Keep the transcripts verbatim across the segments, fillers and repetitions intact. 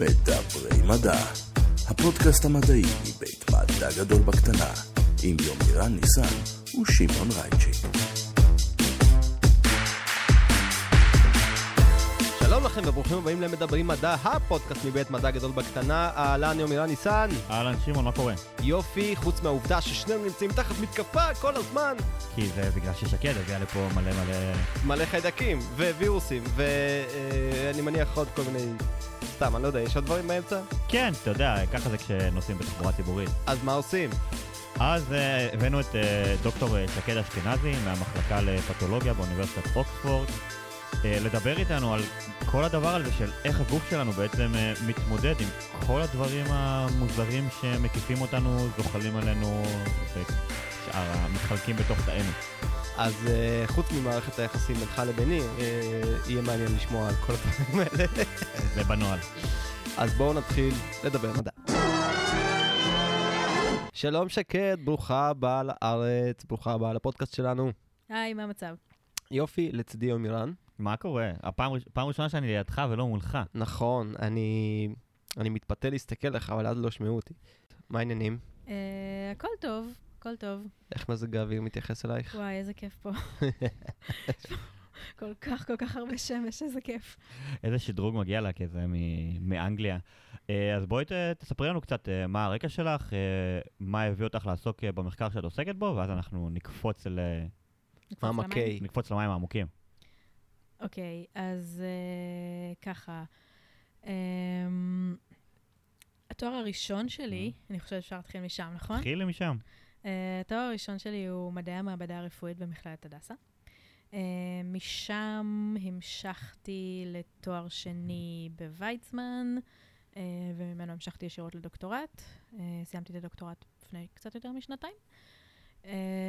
מדברי מדע, הפודקאסט המדעי מבית מדע גדול בקטנה, עם יומירן ניסן ושמעון רייצ'י. שלום לכם וברוכים הבאים למדברים מדע, הפודקאסט מבית מדע גדול בקטנה. אהלן יומירן ניסן. אהלן שמעון, מה קורה? יופי, חוץ מהעובדה ששנינו נמצאים תחת מתקפה כל הזמן. כי זה בגלל ששקד הביא לפה מלא מלא... מלא חיידקים ווירוסים ואני מניח עוד כל מיני... סתם, אני לא יודע, יש עוד דברים באמצע? כן, אתה יודע, ככה זה כשנוסעים בתחבורה ציבורית. אז מה עושים? אז uh, הבאנו את uh, דוקטור שקד אשכנזי מהמחלקה לפתולוגיה באוניברסיטת אוקספורד uh, לדבר איתנו על כל הדבר הזה של איך הגוף שלנו בעצם uh, מתמודד עם כל הדברים המוזרים שמקיפים אותנו, זוחלים עלינו ושאר המתחלקים בתוך תאנו. אז uh, חוץ ממערכת היחסים בינך לביני, uh, יהיה מעניין לשמוע על כל הדברים האלה. זה בנועל. אז בואו נתחיל לדבר מדע. שלום שקד, ברוכה הבאה לארץ, ברוכה הבאה לפודקאסט שלנו. היי, מה המצב? יופי, לצדי יומירן. מה קורה? הפעם פעם ראשונה שאני לידך ולא מולך. נכון, אני אני מתפתה להסתכל לך, אבל אז לא שמעו אותי. מה העניינים? אה, הכל טוב, הכל טוב. איך מזג האוויר מתייחס אלייך? וואי, איזה כיף פה. כל כך, כל כך הרבה שמש, איזה כיף. איזה שדרוג מגיע לה כזה מאנגליה. אז בואי תספרי לנו קצת מה הרקע שלך, מה הביא אותך לעסוק במחקר שאת עוסקת בו, ואז אנחנו נקפוץ ל... מעמקי. נקפוץ למים העמוקים. אוקיי, אז ככה. התואר הראשון שלי, אני חושבת שאפשר להתחיל משם, נכון? תחיל משם. התואר הראשון שלי הוא מדעי המעבדה הרפואית במכללת הדסה. Uh, משם המשכתי לתואר שני בוויצמן, uh, וממנו המשכתי ישירות לדוקטורט. Uh, סיימתי את הדוקטורט לפני קצת יותר משנתיים. Uh,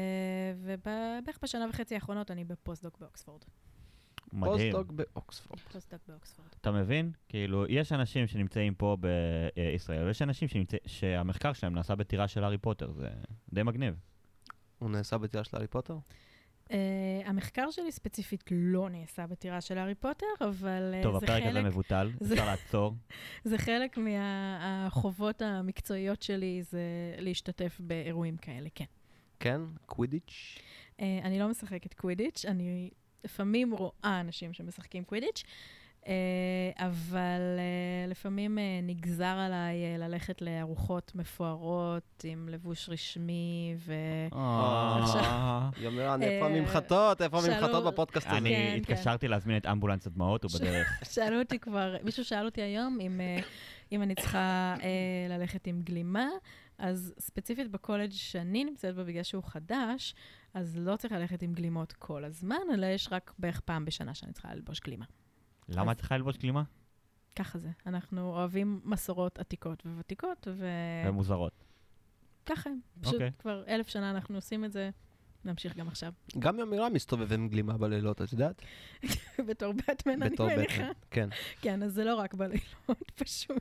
ובערך בשנה וחצי האחרונות אני בפוסט-דוק באוקספורד. מדהים. פוסט-דוק באוקספורד. פוסט-דוק באוקספורד. אתה מבין? כאילו, יש אנשים שנמצאים פה בישראל, ויש אנשים שנמצא, שהמחקר שלהם נעשה בטירה של הארי פוטר. זה די מגניב. הוא נעשה בטירה של הארי פוטר? Uh, המחקר שלי ספציפית לא נעשה בטירה של הארי פוטר, אבל uh, טוב, זה הפרק חלק... הזה מבוטל, אפשר לעצור. זה חלק מהחובות המקצועיות שלי, זה להשתתף באירועים כאלה, כן. כן? קווידיץ'? Uh, אני לא משחקת קווידיץ', אני לפעמים רואה אנשים שמשחקים קווידיץ', uh, אבל uh, לפעמים uh, נגזר עליי uh, ללכת לארוחות מפוארות עם לבוש רשמי ו... יומירן, איפה הממחטות? איפה הממחטות בפודקאסט הזה? אני התקשרתי להזמין את אמבולנס הדמעות, הוא בדרך. שאלו אותי כבר, מישהו שאל אותי היום אם אני צריכה ללכת עם גלימה, אז ספציפית בקולג' שאני נמצאת בה בגלל שהוא חדש, אז לא צריך ללכת עם גלימות כל הזמן, אלא יש רק בערך פעם בשנה שאני צריכה ללבוש גלימה. למה את צריכה ללבוש גלימה? ככה זה. אנחנו אוהבים מסורות עתיקות וותיקות ו... ומוזרות. ככה, פשוט כבר אלף שנה אנחנו עושים את זה, נמשיך גם עכשיו. גם יומירן מסתובב עם גלימה בלילות, את יודעת? בתור בטמן, אני מניחה. כן. כן, אז זה לא רק בלילות, פשוט.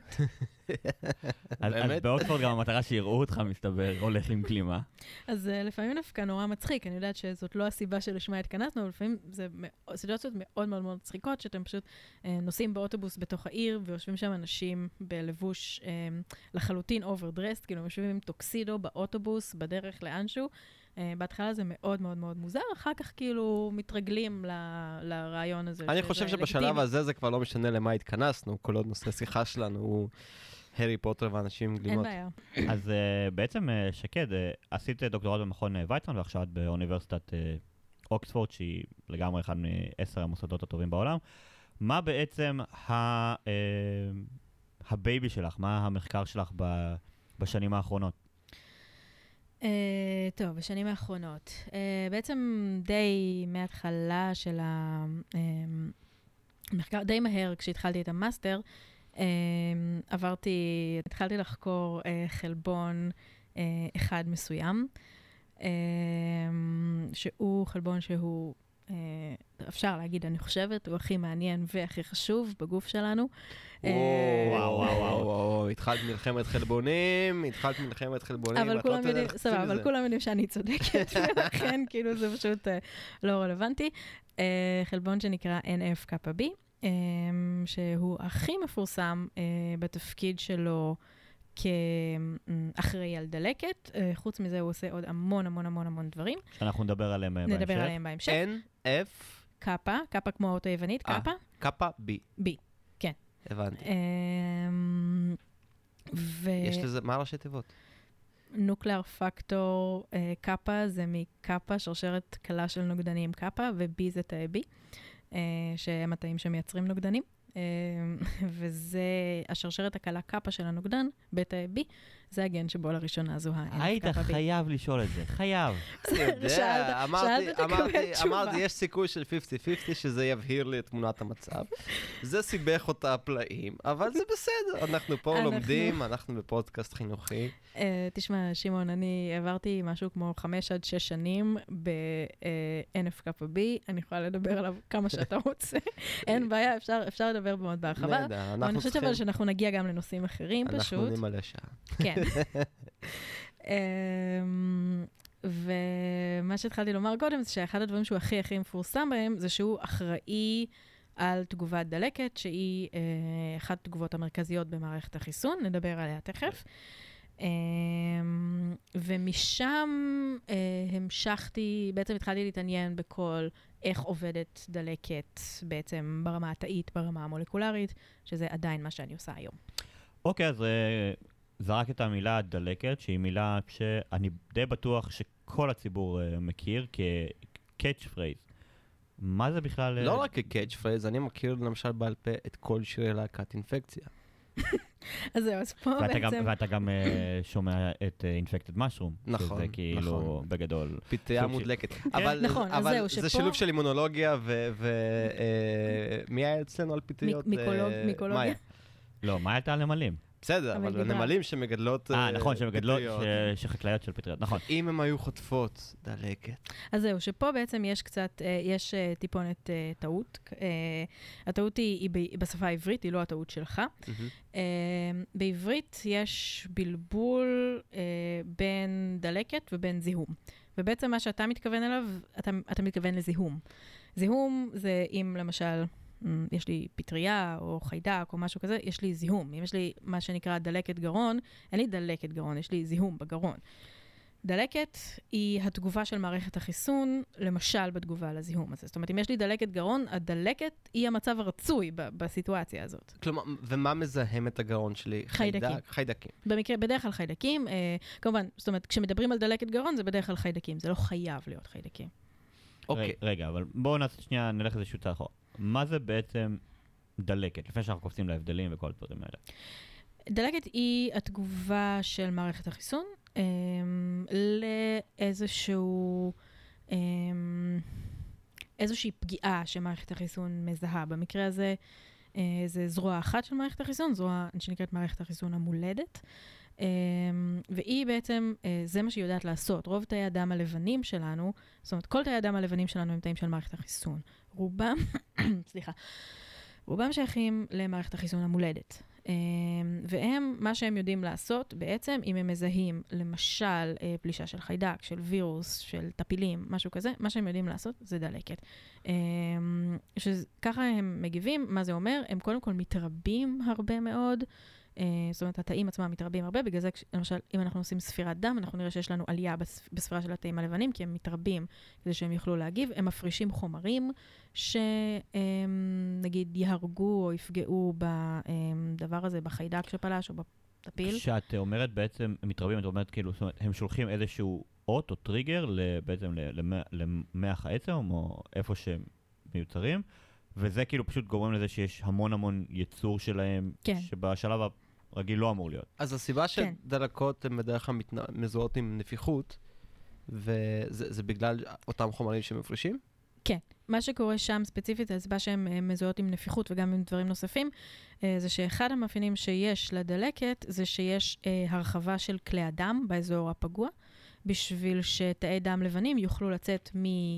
אז באוקספורד גם המטרה שיראו אותך מסתבר, הולך עם גלימה. אז לפעמים דווקא נורא מצחיק, אני יודעת שזאת לא הסיבה שלשמה התכנסנו, אבל לפעמים זה סיטואציות מאוד מאוד מאוד מצחיקות, שאתם פשוט נוסעים באוטובוס בתוך העיר, ויושבים שם אנשים בלבוש לחלוטין אוברדרסט, כאילו יושבים עם טוקסידו באוטובוס, בדרך לאנשהו. בהתחלה זה מאוד מאוד מאוד מוזר, אחר כך כאילו מתרגלים לרעיון הזה. אני חושב שבשלב הזה זה כבר לא משנה למה התכנסנו, כל עוד נושא שיחה שלנו הוא הרי פוטר ואנשים עם גלימות. אין בעיה. אז בעצם שקד, עשית דוקטורט במכון ויצמן, ועכשיו את באוניברסיטת אוקספורד, שהיא לגמרי אחד מעשר המוסדות הטובים בעולם. מה בעצם הבייבי שלך, מה המחקר שלך בשנים האחרונות? Uh, טוב, בשנים האחרונות. Uh, בעצם די מההתחלה של המחקר, די מהר כשהתחלתי את המאסטר, uh, עברתי, התחלתי לחקור uh, חלבון uh, אחד מסוים, uh, שהוא חלבון שהוא, uh, אפשר להגיד, אני חושבת, הוא הכי מעניין והכי חשוב בגוף שלנו. וואו, וואו, וואו, וואו, התחלת מלחמת חלבונים, התחלת מלחמת חלבונים. אבל כולם יודעים, סבבה, אבל כולם יודעים שאני צודקת, ולכן כאילו זה פשוט לא רלוונטי. חלבון שנקרא אן אף קאפה בי, שהוא הכי מפורסם בתפקיד שלו כאחראי על דלקת. חוץ מזה הוא עושה עוד המון המון המון המון דברים. שאנחנו נדבר עליהם בהמשך. נדבר עליהם בהמשך. N, F, קאפה, קאפה כמו האוטו היוונית, קאפה. קאפה, B. B, כן. הבנתי. ו... יש לזה, מה ראשי תיבות? נוקלר פקטור קאפה זה מקאפה, שרשרת קלה של נוגדנים קאפה, ו-B זה תאי B, שהם התאים שמייצרים נוגדנים. וזה השרשרת הקלה קאפה של הנוגדן, בתאי B, זה הגן שבו לראשונה זו ה-N F היית קאפה B. חייב לשאול את זה, חייב. אני יודע, אמרתי, שאלת תקבל תשובה. אמרתי, יש סיכוי של חמישים חמישים שזה יבהיר לי את תמונת המצב. זה סיבך אותה פלאים, אבל זה בסדר, אנחנו פה לומדים, אנחנו בפודקאסט חינוכי. תשמע, שמעון, אני עברתי משהו כמו חמש עד שש שנים ב-N F קאפה B, אני יכולה לדבר עליו כמה שאתה רוצה. אין בעיה, אפשר לדבר מאוד בהרחבה. אני חושבת אבל שאנחנו נגיע גם לנושאים אחרים פשוט. אנחנו נמלא שעה. כן. ומה שהתחלתי לומר קודם זה שאחד הדברים שהוא הכי הכי מפורסם בהם זה שהוא אחראי על תגובת דלקת, שהיא אחת התגובות המרכזיות במערכת החיסון, נדבר עליה תכף. ומשם המשכתי, בעצם התחלתי להתעניין בכל איך עובדת דלקת בעצם ברמה התאית, ברמה המולקולרית, שזה עדיין מה שאני עושה היום. אוקיי, אז זרק את המילה דלקת, שהיא מילה שאני די בטוח שכל הציבור מכיר כ-catch phrase. מה זה בכלל? לא רק כ-catch phrase, אני מכיר למשל בעל פה את כל שירי להקת אינפקציה. אז זהו, אז פה בעצם... ואתה גם שומע את Infected Mushroom. נכון, שזה כאילו בגדול... פטריה מודלקת. נכון, אז זהו, שפה... זה שילוב של אימונולוגיה ומי היה אצלנו על פטריות? מיקולוגיה. לא, מה הייתה על נמלים? בסדר, אבל הנמלים שמגדלות... אה, נכון, שמגדלות, שחקלאיות של פטריות, נכון. אם הם היו חוטפות דלקת. אז זהו, שפה בעצם יש קצת, יש טיפונת טעות. הטעות היא בשפה העברית, היא לא הטעות שלך. בעברית יש בלבול בין דלקת ובין זיהום. ובעצם מה שאתה מתכוון אליו, אתה מתכוון לזיהום. זיהום זה אם למשל... יש לי פטריה או חיידק או משהו כזה, יש לי זיהום. אם יש לי מה שנקרא דלקת גרון, אין לי דלקת גרון, יש לי זיהום בגרון. דלקת היא התגובה של מערכת החיסון, למשל בתגובה לזיהום הזה. זאת אומרת, אם יש לי דלקת גרון, הדלקת היא המצב הרצוי ב- בסיטואציה הזאת. כלומר, ומה מזהם את הגרון שלי? חיידקים. חיידק, חיידקים. במקרה, בדרך כלל חיידקים. אה, כמובן, זאת אומרת, כשמדברים על דלקת גרון, זה בדרך כלל חיידקים. זה לא חייב להיות חיידקים. אוקיי. רגע, אבל בואו נעשה שנייה, נלך איזה שוטה אחורה. מה זה בעצם דלקת? לפני שאנחנו קופצים להבדלים וכל הדברים האלה. דלקת היא התגובה של מערכת החיסון לאיזשהו, איזושהי פגיעה שמערכת החיסון מזהה. במקרה הזה, זה זרוע אחת של מערכת החיסון, זרוע שנקראת מערכת החיסון המולדת. והיא בעצם, זה מה שהיא יודעת לעשות. רוב תאי הדם הלבנים שלנו, זאת אומרת, כל תאי הדם הלבנים שלנו הם תאים של מערכת החיסון. רובם, סליחה, רובם שייכים למערכת החיסון המולדת. והם, מה שהם יודעים לעשות בעצם, אם הם מזהים למשל פלישה של חיידק, של וירוס, של טפילים, משהו כזה, מה שהם יודעים לעשות זה דלקת. שככה הם מגיבים, מה זה אומר? הם קודם כל מתרבים הרבה מאוד, זאת אומרת, התאים עצמם מתרבים הרבה, בגלל זה, למשל, אם אנחנו עושים ספירת דם, אנחנו נראה שיש לנו עלייה בספירה של התאים הלבנים, כי הם מתרבים כדי שהם יוכלו להגיב. הם מפרישים חומרים שנגיד יהרגו או יפגעו בדבר הזה, בחיידק שפלש או בטפיל. כשאת אומרת בעצם, הם מתרבים, את אומרת כאילו, זאת אומרת, הם שולחים איזשהו אות או טריגר בעצם למח העצם, או איפה שהם מיוצרים, וזה כאילו פשוט גורם לזה שיש המון המון יצור שלהם, כן. שבשלב הרגיל לא אמור להיות. אז הסיבה כן. שדלקות הן בדרך כלל מתנ... מזוהות עם נפיחות, וזה זה בגלל אותם חומרים שמפרישים? כן. מה שקורה שם ספציפית, הסיבה שהן מזוהות עם נפיחות וגם עם דברים נוספים, זה שאחד המאפיינים שיש לדלקת, זה שיש הרחבה של כלי הדם באזור הפגוע, בשביל שתאי דם לבנים יוכלו לצאת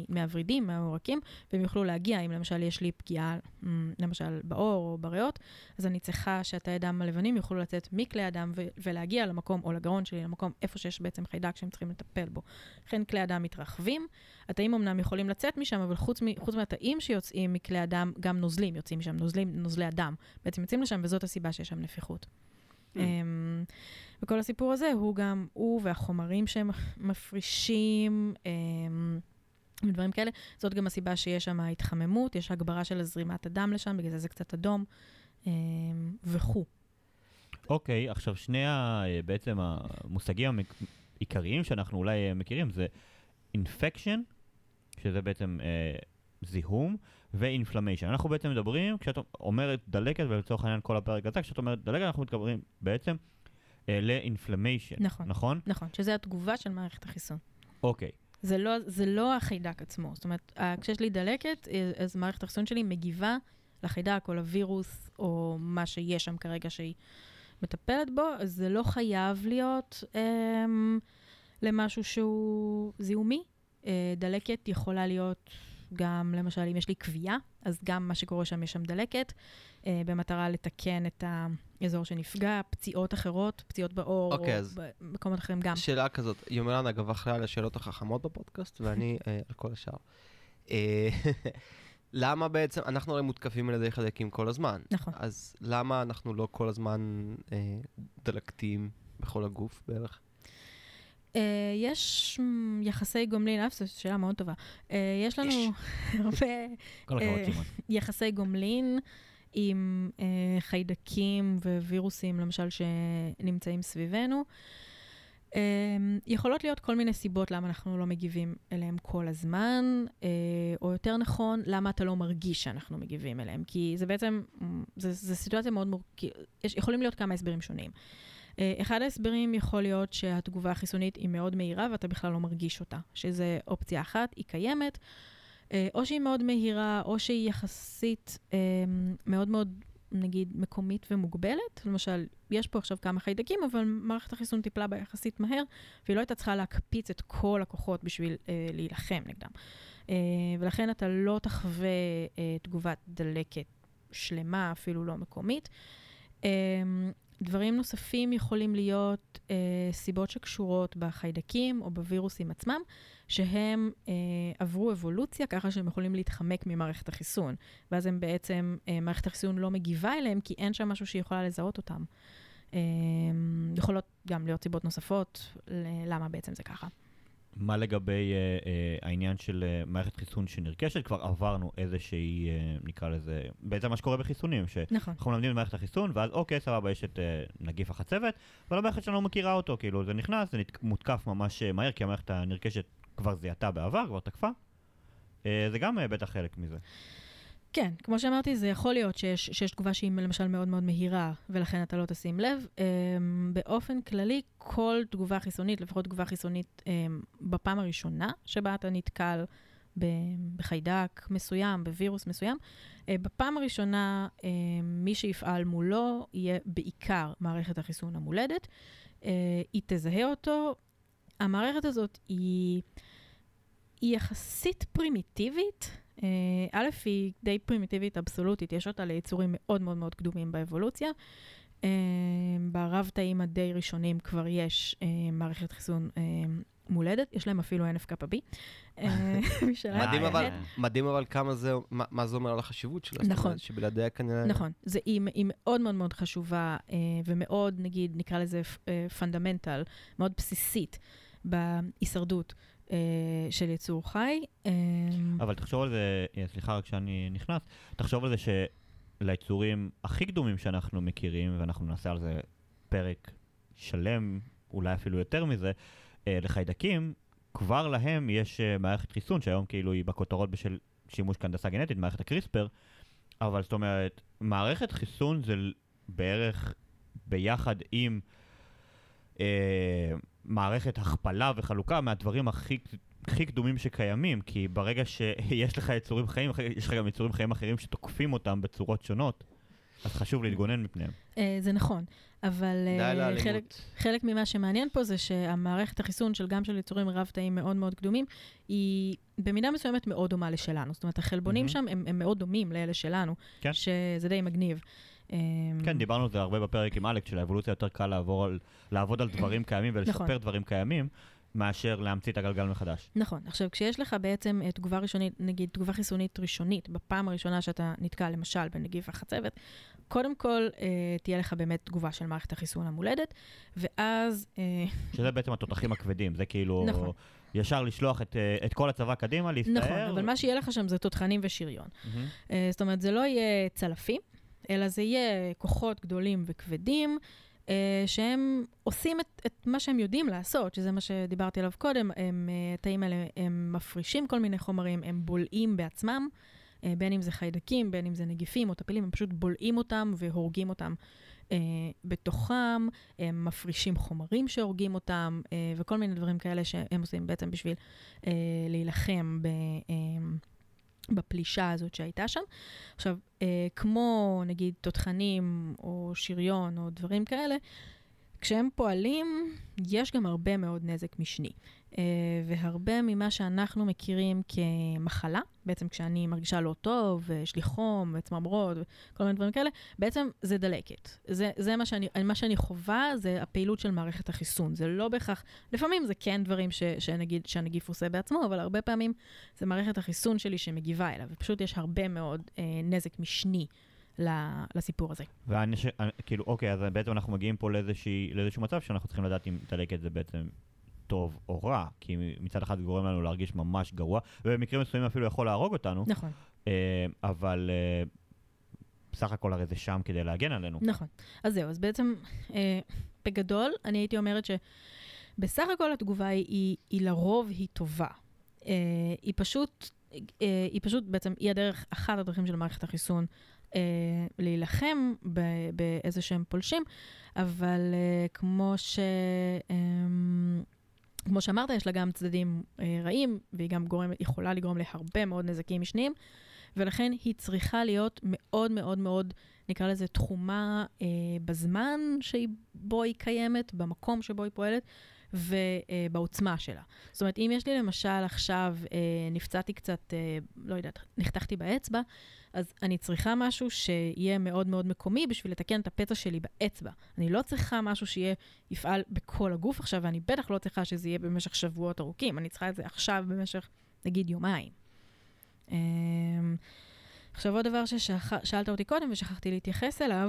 מהוורידים, מהעורקים, והם יוכלו להגיע, אם למשל יש לי פגיעה, למשל באור או בריאות, אז אני צריכה שהתאי הדם הלבנים יוכלו לצאת מכלי הדם ו- ולהגיע למקום, או לגרון שלי, למקום איפה שיש בעצם חיידק שהם צריכים לטפל בו. לכן כלי הדם מתרחבים, התאים אמנם יכולים לצאת משם, אבל חוץ, מ- חוץ מהתאים שיוצאים מכלי הדם, גם נוזלים יוצאים משם, נוזלים, נוזלי הדם, בעצם יוצאים לשם, וזאת הסיבה שיש שם נפיחות. Mm. Um, וכל הסיפור הזה הוא גם, הוא והחומרים שהם מפרישים, um, ודברים כאלה, זאת גם הסיבה שיש שם התחממות, יש הגברה של הזרימת הדם לשם, בגלל זה זה קצת אדום, um, וכו'. אוקיי, okay, עכשיו שני ה, בעצם המושגים העיקריים שאנחנו אולי מכירים, זה infection, שזה בעצם uh, זיהום, ו-inflammation. אנחנו בעצם מדברים, כשאת אומרת דלקת, ולצורך העניין כל הפרק הזה, כשאת אומרת דלקת, אנחנו מתגברים בעצם אה, ל-inflammation. נכון. נכון? נכון, שזה התגובה של מערכת החיסון. אוקיי. זה לא, זה לא החיידק עצמו. זאת אומרת, כשיש לי דלקת, אז מערכת החיסון שלי מגיבה לחיידק או לווירוס, או מה שיש שם כרגע שהיא מטפלת בו, אז זה לא חייב להיות אה, למשהו שהוא זיהומי. אה, דלקת יכולה להיות גם, למשל, אם יש לי קביעה, אז גם מה שקורה שם, יש שם דלקת, אה, במטרה לתקן את האזור שנפגע, פציעות אחרות, פציעות בעור, אוקיי, או אז במקומות אחרים גם. שאלה כזאת, יומרן אגב אחרי על השאלות החכמות בפודקאסט, ואני אה, על כל השאר. אה, למה בעצם, אנחנו הרי מותקפים על ידי חיידקים כל הזמן. נכון. אז למה אנחנו לא כל הזמן אה, דלקתיים בכל הגוף בערך? Uh, יש um, יחסי גומלין, אף זו שאלה מאוד טובה. Uh, יש לנו הרבה כל הכבוד, uh, שמעון. יחסי גומלין עם uh, חיידקים ווירוסים, למשל, שנמצאים סביבנו. Uh, יכולות להיות כל מיני סיבות למה אנחנו לא מגיבים אליהם כל הזמן, uh, או יותר נכון, למה אתה לא מרגיש שאנחנו מגיבים אליהם. כי זה בעצם, זה, זה סיטואציה מאוד מורכבת, יכולים להיות כמה הסברים שונים. אחד ההסברים יכול להיות שהתגובה החיסונית היא מאוד מהירה ואתה בכלל לא מרגיש אותה, שזה אופציה אחת, היא קיימת, או שהיא מאוד מהירה, או שהיא יחסית מאוד מאוד, נגיד, מקומית ומוגבלת. למשל, יש פה עכשיו כמה חיידקים, אבל מערכת החיסון טיפלה בה יחסית מהר, והיא לא הייתה צריכה להקפיץ את כל הכוחות בשביל להילחם נגדם. ולכן אתה לא תחווה תגובת דלקת שלמה, אפילו לא מקומית. דברים נוספים יכולים להיות אה, סיבות שקשורות בחיידקים או בווירוסים עצמם, שהם אה, עברו אבולוציה ככה שהם יכולים להתחמק ממערכת החיסון. ואז הם בעצם, אה, מערכת החיסון לא מגיבה אליהם, כי אין שם משהו שיכולה לזהות אותם. אה, יכולות גם להיות סיבות נוספות, למה בעצם זה ככה. מה לגבי אה, אה, העניין של אה, מערכת חיסון שנרכשת? כבר עברנו איזושהי, אה, נקרא לזה, בעצם מה שקורה בחיסונים, שאנחנו נכון. מלמדים את מערכת החיסון, ואז אוקיי, סבבה, יש את אה, נגיף החצבת, אבל המערכת שלנו מכירה אותו, כאילו זה נכנס, זה נת, מותקף ממש אה, מהר, כי המערכת הנרכשת כבר זיהתה בעבר, כבר תקפה. אה, זה גם אה, בטח חלק מזה. כן, כמו שאמרתי, זה יכול להיות שיש, שיש תגובה שהיא למשל מאוד מאוד מהירה, ולכן אתה לא תשים לב. Um, באופן כללי, כל תגובה חיסונית, לפחות תגובה חיסונית um, בפעם הראשונה שבה אתה נתקל בחיידק מסוים, בווירוס מסוים, uh, בפעם הראשונה um, מי שיפעל מולו יהיה בעיקר מערכת החיסון המולדת. Uh, היא תזהה אותו. המערכת הזאת היא, היא יחסית פרימיטיבית, א', היא די פרימיטיבית אבסולוטית, יש אותה ליצורים מאוד מאוד מאוד קדומים באבולוציה. ברב תאים הדי ראשונים כבר יש מערכת חיסון מולדת, יש להם אפילו אן אף קאפה בי. מדהים אבל כמה זה, מה זה אומר על החשיבות שלה. נכון. שבלעדיה כנראה... נכון, היא מאוד מאוד מאוד חשובה, ומאוד, נגיד, נקרא לזה פונדמנטל, מאוד בסיסית בהישרדות. של יצור חי. אבל תחשוב על זה, סליחה רק שאני נכנס, תחשוב על זה שליצורים הכי קדומים שאנחנו מכירים, ואנחנו נעשה על זה פרק שלם, אולי אפילו יותר מזה, לחיידקים, כבר להם יש מערכת חיסון, שהיום כאילו היא בכותרות בשל שימוש כהנדסה גנטית, מערכת הקריספר, אבל זאת אומרת, מערכת חיסון זה בערך ביחד עם אה, מערכת הכפלה וחלוקה מהדברים הכי, הכי קדומים שקיימים, כי ברגע שיש לך יצורים חיים, יש לך גם יצורים חיים אחרים שתוקפים אותם בצורות שונות, אז חשוב להתגונן מפניהם. זה נכון, אבל חלק, חלק ממה שמעניין פה זה שהמערכת החיסון של גם של יצורים רב תאים מאוד מאוד קדומים, היא במידה מסוימת מאוד דומה לשלנו. זאת אומרת, החלבונים mm-hmm. שם הם, הם מאוד דומים לאלה שלנו, כן. שזה די מגניב. כן, דיברנו על זה הרבה בפרק עם אלכס, שלאבולוציה יותר קל לעבור על, לעבוד על דברים קיימים ולשפר נכון. דברים קיימים, מאשר להמציא את הגלגל מחדש. נכון. עכשיו, כשיש לך בעצם תגובה ראשונית, נגיד תגובה חיסונית ראשונית, בפעם הראשונה שאתה נתקע למשל בנגיף החצבת, קודם כל אה, תהיה לך באמת תגובה של מערכת החיסון המולדת, ואז... אה, שזה בעצם התותחים הכבדים, זה כאילו... נכון. ישר לשלוח את, את כל הצבא קדימה, להסתער. נכון, אבל מה שיהיה לך שם זה תותחנים ושריון. Mm-hmm. אה, זאת אומרת, זה לא יהיה צלפים, אלא זה יהיה כוחות גדולים וכבדים, אה, שהם עושים את, את מה שהם יודעים לעשות, שזה מה שדיברתי עליו קודם, הם, התאים האלה, הם מפרישים כל מיני חומרים, הם בולעים בעצמם, אה, בין אם זה חיידקים, בין אם זה נגיפים או טפילים, הם פשוט בולעים אותם והורגים אותם אה, בתוכם, הם מפרישים חומרים שהורגים אותם, אה, וכל מיני דברים כאלה שהם עושים בעצם בשביל אה, להילחם ב... אה, בפלישה הזאת שהייתה שם. עכשיו, אה, כמו נגיד תותחנים או שריון או דברים כאלה, כשהם פועלים, יש גם הרבה מאוד נזק משני. אה, והרבה ממה שאנחנו מכירים כמחלה, בעצם כשאני מרגישה לא טוב, יש לי חום, צמרמורת וכל מיני דברים כאלה, בעצם זה דלקת. זה, זה מה שאני, מה שאני חובה, זה הפעילות של מערכת החיסון. זה לא בהכרח, לפעמים זה כן דברים ש, שנגיד, שהנגיף עושה בעצמו, אבל הרבה פעמים זה מערכת החיסון שלי שמגיבה אליו, ופשוט יש הרבה מאוד אה, נזק משני לסיפור הזה. ואני, ש... כאילו, אוקיי, אז בעצם אנחנו מגיעים פה לאיזושהי, לאיזשהו מצב שאנחנו צריכים לדעת אם דלקת זה בעצם טוב או רע, כי מצד אחד גורם לנו להרגיש ממש גרוע, ובמקרים מסוימים אפילו יכול להרוג אותנו. נכון. אבל בסך הכל הרי זה שם כדי להגן עלינו. נכון. אז זהו, אז בעצם בגדול אני הייתי אומרת שבסך הכל התגובה היא, היא לרוב היא טובה. היא פשוט, היא פשוט בעצם, היא הדרך, אחת הדרכים של מערכת החיסון להילחם באיזה שהם פולשים, אבל כמו ש... כמו שאמרת, יש לה גם צדדים אה, רעים, והיא גם גורמת, יכולה לגרום להרבה מאוד נזקים משניים, ולכן היא צריכה להיות מאוד מאוד מאוד, נקרא לזה, תחומה אה, בזמן שבו היא קיימת, במקום שבו היא פועלת, ובעוצמה אה, שלה. זאת אומרת, אם יש לי למשל עכשיו, אה, נפצעתי קצת, אה, לא יודעת, נחתכתי באצבע, אז אני צריכה משהו שיהיה מאוד מאוד מקומי בשביל לתקן את הפצע שלי באצבע. אני לא צריכה משהו שיהיה, יפעל בכל הגוף עכשיו, ואני בטח לא צריכה שזה יהיה במשך שבועות ארוכים. אני צריכה את זה עכשיו במשך, נגיד, יומיים. עכשיו, עוד דבר ששאלת אותי קודם ושכחתי להתייחס אליו,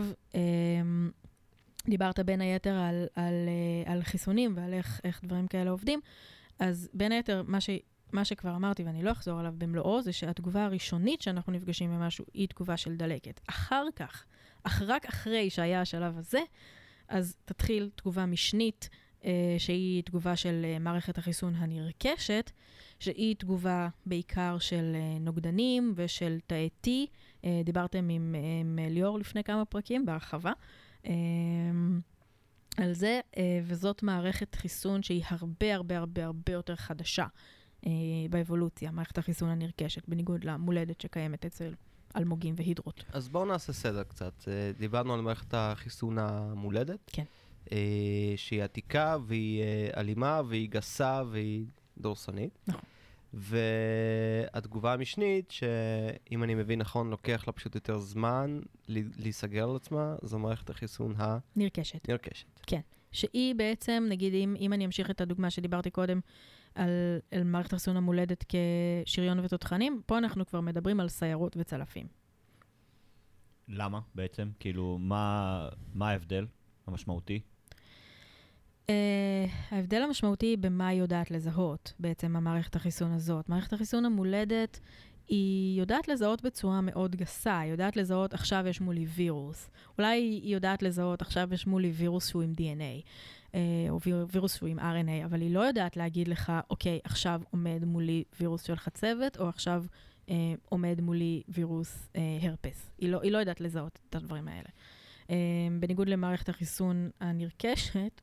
דיברת בין היתר על, על, על חיסונים ועל איך, איך דברים כאלה עובדים. אז בין היתר, מה ש... מה שכבר אמרתי, ואני לא אחזור עליו במלואו, זה שהתגובה הראשונית שאנחנו נפגשים במשהו, היא תגובה של דלקת. אחר כך, אך רק אחרי שהיה השלב הזה, אז תתחיל תגובה משנית, אה, שהיא תגובה של אה, מערכת החיסון הנרכשת, שהיא תגובה בעיקר של אה, נוגדנים ושל תאי T. אה, דיברתם עם, עם ליאור לפני כמה פרקים, בהרחבה. אה, על זה, אה, וזאת מערכת חיסון שהיא הרבה הרבה הרבה הרבה יותר חדשה. באבולוציה, מערכת החיסון הנרכשת, בניגוד למולדת שקיימת אצל אלמוגים והידרות. אז בואו נעשה סדר קצת. דיברנו על מערכת החיסון המולדת. כן. שהיא עתיקה, והיא אלימה, והיא גסה, והיא דורסנית. נכון. והתגובה המשנית, שאם אני מבין נכון, לוקח לה פשוט יותר זמן להיסגר על עצמה, זו מערכת החיסון הנרכשת. נרכשת. כן. שהיא בעצם, נגיד, אם, אם אני אמשיך את הדוגמה שדיברתי קודם, על, על מערכת החיסון המולדת כשריון ותותחנים, פה אנחנו כבר מדברים על סיירות וצלפים. למה בעצם? כאילו, מה, מה ההבדל המשמעותי? Uh, ההבדל המשמעותי במה היא יודעת לזהות, בעצם המערכת החיסון הזאת. מערכת החיסון המולדת, היא יודעת לזהות בצורה מאוד גסה, היא יודעת לזהות, עכשיו יש מולי וירוס. אולי היא יודעת לזהות, עכשיו יש מולי וירוס שהוא עם די אן איי. או וירוס שהוא עם אר אן איי, אבל היא לא יודעת להגיד לך, אוקיי, עכשיו עומד מולי וירוס של חצבת, או עכשיו אה, עומד מולי וירוס אה, הרפס. היא לא, היא לא יודעת לזהות את הדברים האלה. אה, בניגוד למערכת החיסון הנרכשת,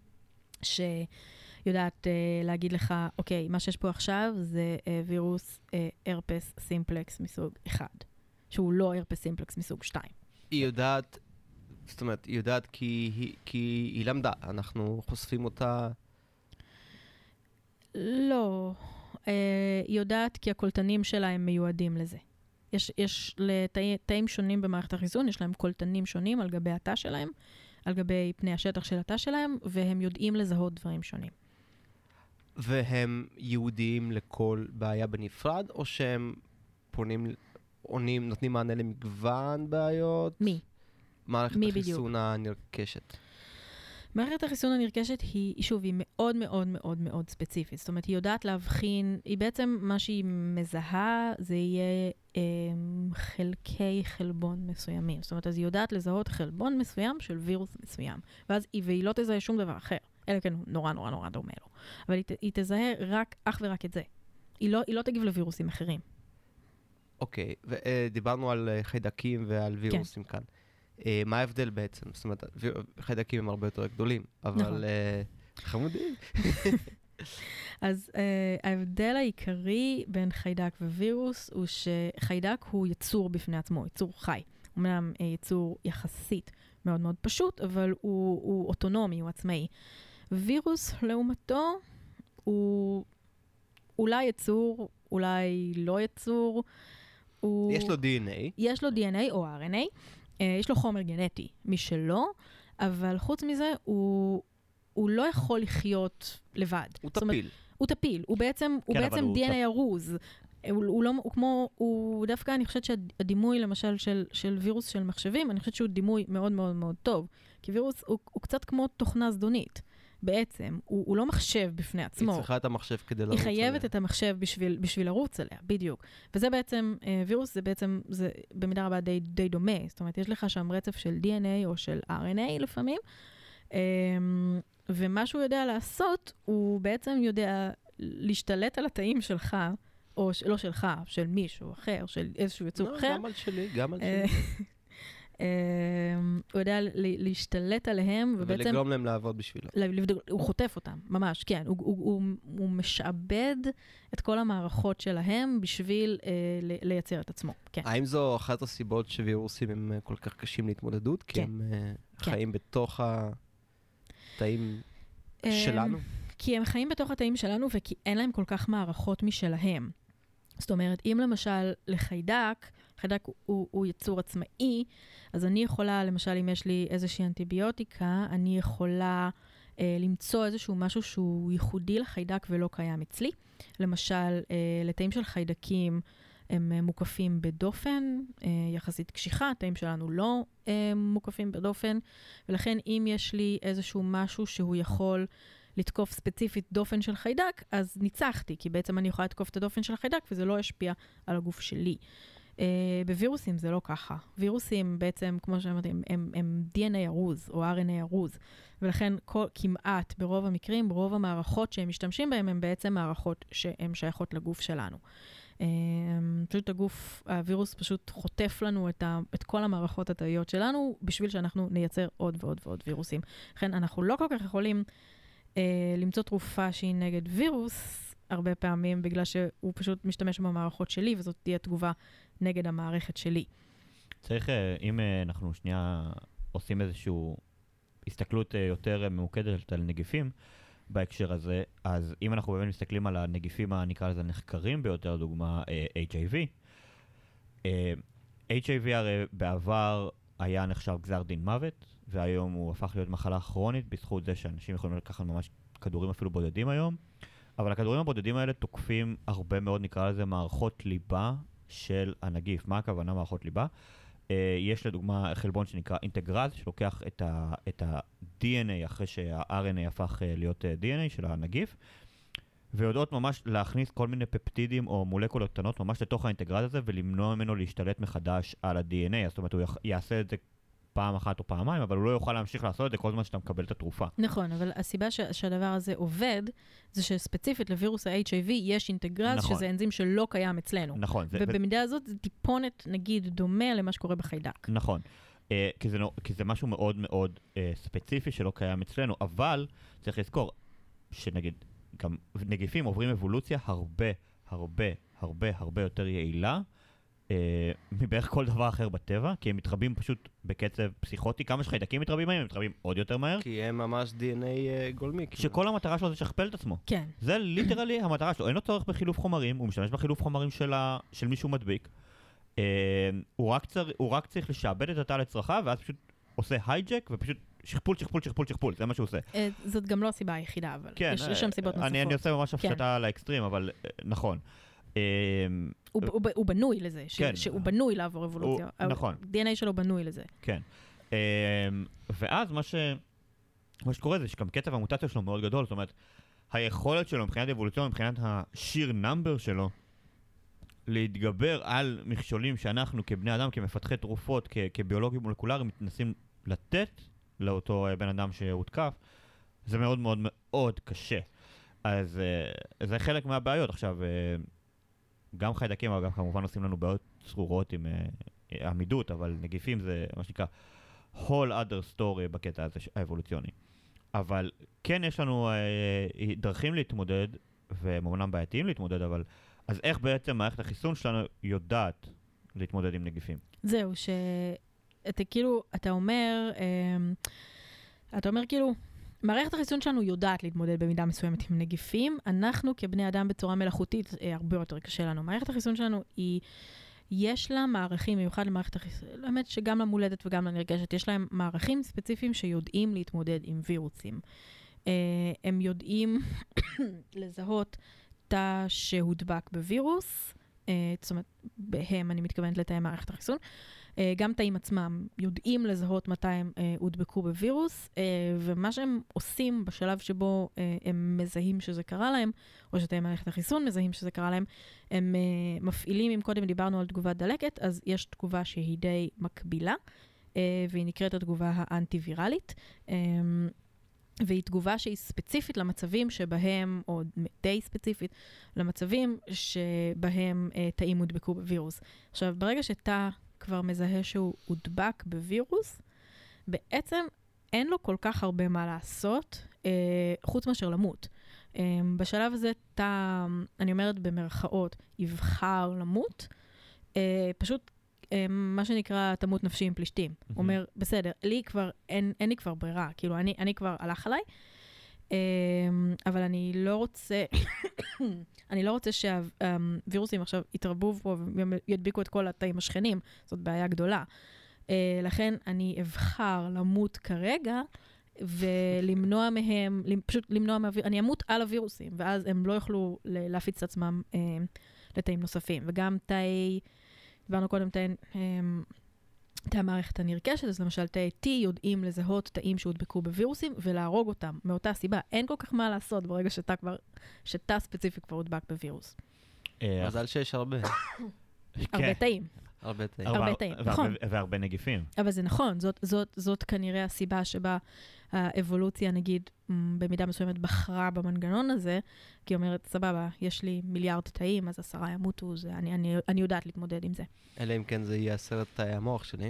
שיודעת אה, להגיד לך, אוקיי, מה שיש פה עכשיו זה אה, וירוס אה, הרפס סימפלקס מסוג אחד, שהוא לא הרפס סימפלקס מסוג שתיים. היא יודעת... זאת אומרת, היא יודעת כי היא, כי היא למדה, אנחנו חושפים אותה... לא, אה, היא יודעת כי הקולטנים שלה הם מיועדים לזה. יש, יש לתאים שונים במערכת החיסון, יש להם קולטנים שונים על גבי התא שלהם, על גבי פני השטח של התא שלהם, והם יודעים לזהות דברים שונים. והם יהודיים לכל בעיה בנפרד, או שהם פונים, עונים, נותנים מענה למגוון בעיות? מי? מערכת מי החיסון הנרכשת. מערכת החיסון הנרכשת היא, שוב, היא מאוד מאוד מאוד מאוד ספציפית. זאת אומרת, היא יודעת להבחין, היא בעצם, מה שהיא מזהה, זה יהיה אה, חלקי חלבון מסוימים. זאת אומרת, אז היא יודעת לזהות חלבון מסוים של וירוס מסוים. ואז היא, והיא לא תזהה שום דבר אחר. אלא כן, הוא נורא נורא נורא דומה לו. אבל היא, היא תזהה רק, אך ורק את זה. היא לא, היא לא תגיב לווירוסים אחרים. אוקיי, ודיברנו על חיידקים ועל וירוסים כאן. מה ההבדל בעצם? זאת אומרת, חיידקים הם הרבה יותר גדולים, אבל חמודים. אז ההבדל העיקרי בין חיידק ווירוס הוא שחיידק הוא יצור בפני עצמו, יצור חי. הוא אומנם יצור יחסית מאוד מאוד פשוט, אבל הוא, הוא אוטונומי, הוא עצמאי. וירוס לעומתו הוא אולי יצור, אולי לא יצור. הוא... יש לו די אן איי. יש לו די אן איי או אר אן איי. Uh, יש לו חומר גנטי, מי שלא, אבל חוץ מזה הוא, הוא לא יכול לחיות לבד. הוא תפיל. אומרת, הוא תפיל. הוא בעצם, כן, הוא בעצם די אן איי ארוז. הוא, הוא, לא, הוא כמו, הוא דווקא, אני חושבת שהדימוי למשל של, של וירוס של מחשבים, אני חושבת שהוא דימוי מאוד מאוד מאוד טוב. כי וירוס הוא, הוא קצת כמו תוכנה זדונית. בעצם, הוא, הוא לא מחשב בפני עצמו. היא צריכה את המחשב כדי לרוץ עליה. היא חייבת את המחשב בשביל, בשביל לרוץ עליה, בדיוק. וזה בעצם, וירוס זה בעצם, זה במידה רבה די, די דומה. זאת אומרת, יש לך שם רצף של די אן איי או של אר אן איי לפעמים, ומה שהוא יודע לעשות, הוא בעצם יודע להשתלט על התאים שלך, או לא שלך, של מישהו אחר, של איזשהו יצור לא, אחר. גם על שלי, גם על שלי. הוא יודע להשתלט עליהם, ובעצם... ולגרום להם לעבוד בשבילו. הוא חוטף אותם, ממש, כן. הוא משעבד את כל המערכות שלהם בשביל לייצר את עצמו, כן. האם זו אחת הסיבות שווירוסים הם כל כך קשים להתמודדות? כי הם חיים בתוך התאים שלנו? כי הם חיים בתוך התאים שלנו, וכי אין להם כל כך מערכות משלהם. זאת אומרת, אם למשל לחיידק, חיידק הוא, הוא יצור עצמאי, אז אני יכולה, למשל, אם יש לי איזושהי אנטיביוטיקה, אני יכולה אה, למצוא איזשהו משהו שהוא ייחודי לחיידק ולא קיים אצלי. למשל, אה, לתאים של חיידקים הם אה, מוקפים בדופן, אה, יחסית קשיחה, התאים שלנו לא אה, מוקפים בדופן, ולכן אם יש לי איזשהו משהו שהוא יכול לתקוף ספציפית דופן של חיידק, אז ניצחתי, כי בעצם אני יכולה לתקוף את הדופן של החיידק, וזה לא ישפיע על הגוף שלי. Uh, בווירוסים זה לא ככה. וירוסים בעצם, כמו שאמרתי, הם, הם, הם די אן איי ארוז, או אר אן איי ארוז, ולכן כל, כמעט ברוב המקרים, ברוב המערכות שהם משתמשים בהם, הם בעצם מערכות שהן שייכות לגוף שלנו. Uh, פשוט הגוף, הווירוס פשוט חוטף לנו את, ה, את כל המערכות התאיות שלנו, בשביל שאנחנו נייצר עוד ועוד ועוד וירוסים. לכן אנחנו לא כל כך יכולים uh, למצוא תרופה שהיא נגד וירוס, הרבה פעמים, בגלל שהוא פשוט משתמש במערכות שלי, וזאת תהיה תגובה נגד המערכת שלי. צריך, אם אנחנו שנייה עושים איזושהי הסתכלות יותר ממוקדת על נגיפים בהקשר הזה, אז אם אנחנו באמת מסתכלים על הנגיפים, נקרא לזה נחקרים ביותר, דוגמה אייץ' איי וי. אייץ' איי וי הרי בעבר היה נחשב גזר דין מוות, והיום הוא הפך להיות מחלה כרונית, בזכות זה שאנשים יכולים לקחת ממש כדורים אפילו בודדים היום. אבל הכדורים הבודדים האלה תוקפים הרבה מאוד, נקרא לזה, מערכות ליבה של הנגיף. מה הכוונה מערכות ליבה? Uh, יש לדוגמה חלבון שנקרא אינטגרז, שלוקח את ה- את ה-די אן איי אחרי שה-אר אן איי הפך uh, להיות uh, די אן איי של הנגיף, ויודעות ממש להכניס כל מיני פפטידים או מולקולות קטנות ממש לתוך האינטגרז הזה, ולמנוע ממנו להשתלט מחדש על ה-די אן איי. זאת אומרת, הוא יח- יעשה את זה פעם אחת או פעמיים, אבל הוא לא יוכל להמשיך לעשות את זה כל זמן שאתה מקבל את התרופה. נכון, אבל הסיבה ש- שהדבר הזה עובד, זה שספציפית לווירוס ה-אייץ' איי וי יש אינטגרז, נכון. שזה אנזים שלא קיים אצלנו. נכון. זה, ובמידה ו... הזאת זה טיפונת, נגיד, דומה למה שקורה בחיידק. נכון. Uh, כי, זה, כי זה משהו מאוד מאוד uh, ספציפי שלא קיים אצלנו, אבל צריך לזכור שנגיד, גם נגיפים עוברים אבולוציה הרבה, הרבה, הרבה, הרבה יותר יעילה, Uh, מבערך כל דבר אחר בטבע, כי הם מתרבים פשוט בקצב פסיכוטי. כמה שחיידקים מתרבים מהם, הם מתרבים עוד יותר מהר. כי הם ממש די אן איי uh, גולמי. שכל המטרה שלו זה שכפל את עצמו. כן. זה ליטרלי המטרה שלו. אין לו צורך בחילוף חומרים, הוא משתמש בחילוף חומרים של, ה... של מישהו מדביק. הוא רק, צר, הוא רק צריך לשעבד את התא לצרכיו, ואז פשוט עושה הייג'ק, ופשוט שכפול, שכפול, שכפול, שכפול, זה מה שהוא עושה. זאת גם לא הסיבה היחידה, אבל כן, יש, יש שם סיבות נוספות. אני, אני עושה ממש הפשטה על האקסטרים, אבל נכון. הוא, הוא, הוא בנוי לזה, ש, כן. שהוא בנוי לעבור אבולוציה. הוא, נכון. די אן איי שלו בנוי לזה. כן. ואז מה ש... מה שקורה זה שגם קצב המוטציה שלו מאוד גדול, זאת אומרת, היכולת שלו מבחינת אבולוציה, מבחינת השיר נאמבר שלו, להתגבר על מכשולים שאנחנו כבני אדם, כמפתחי תרופות, כ- כביולוגים מולקולריים, מתנסים לתת לאותו בן אדם שהותקף, זה מאוד מאוד מאוד קשה. אז uh, זה חלק מהבעיות. עכשיו, uh, גם חיידקים, אבל גם כמובן עושים לנו בעיות צרורות עם uh, עמידות, אבל נגיפים זה מה שנקרא whole other story בקטע הזה האבולוציוני. אבל כן יש לנו uh, דרכים להתמודד, והם אמנם בעייתיים להתמודד, אבל אז איך בעצם מערכת החיסון שלנו יודעת להתמודד עם נגיפים? זהו, שאתה כאילו, אתה אומר, אתה אומר כאילו, מערכת החיסון שלנו יודעת להתמודד במידה מסוימת עם נגיפים, אנחנו כבני אדם בצורה מלאכותית הרבה יותר קשה לנו. מערכת החיסון שלנו היא, יש לה מערכים, מיוחד למערכת החיסון, באמת שגם למולדת וגם לנרגשת, יש להם מערכים ספציפיים שיודעים להתמודד עם וירוסים. הם יודעים לזהות תא שהודבק בווירוס, זאת אומרת, בהם אני מתכוונת לתאי מערכת החיסון, גם תאים עצמם יודעים לזהות מתי הם הודבקו בווירוס, ומה שהם עושים בשלב שבו הם מזהים שזה קרה להם, או שתאי מערכת החיסון מזהים שזה קרה להם, הם מפעילים, אם קודם דיברנו על תגובת דלקת, אז יש תגובה שהיא די מקבילה, והיא נקראת התגובה האנטי-וירלית, והיא תגובה שהיא ספציפית למצבים שבהם, או די ספציפית, למצבים שבהם אה, תאים הודבקו בווירוס. עכשיו, ברגע שתא כבר מזהה שהוא הודבק בווירוס, בעצם אין לו כל כך הרבה מה לעשות, אה, חוץ מאשר למות. אה, בשלב הזה תא, אני אומרת במרכאות, יבחר למות, אה, פשוט מה שנקרא תמות נפשי עם פלישתים. הוא אומר, בסדר, לי כבר, אין, אין לי כבר ברירה, כאילו, אני, אני כבר הלך עליי, אבל אני לא רוצה, אני לא רוצה שהווירוסים עכשיו יתרבו פה וידביקו את כל התאים השכנים, זאת בעיה גדולה. לכן אני אבחר למות כרגע, ולמנוע מהם, פשוט למנוע מהווירוסים, אני אמות על הווירוסים, ואז הם לא יוכלו להפיץ את עצמם לתאים נוספים. וגם תאי, דיברנו קודם תאי, תאי המערכת הנרכשת, אז למשל תאי T יודעים לזהות תאים שהודבקו בווירוסים ולהרוג אותם מאותה סיבה. אין כל כך מה לעשות ברגע שתא כבר, שתא ספציפי כבר הודבק בווירוס. מזל שיש הרבה. הרבה תאים. הרבה תאים. הרבה תאים, נכון. והרבה נגיפים. אבל זה נכון, זאת, זאת, זאת כנראה הסיבה שבה האבולוציה, נגיד, במידה מסוימת בחרה במנגנון הזה, כי היא אומרת, סבבה, יש לי מיליארד תאים, אז עשרה ימותו, זה, אני, אני, אני יודעת להתמודד עם זה. אלא אם כן זה יהיה עשרת תאי המוח שלי.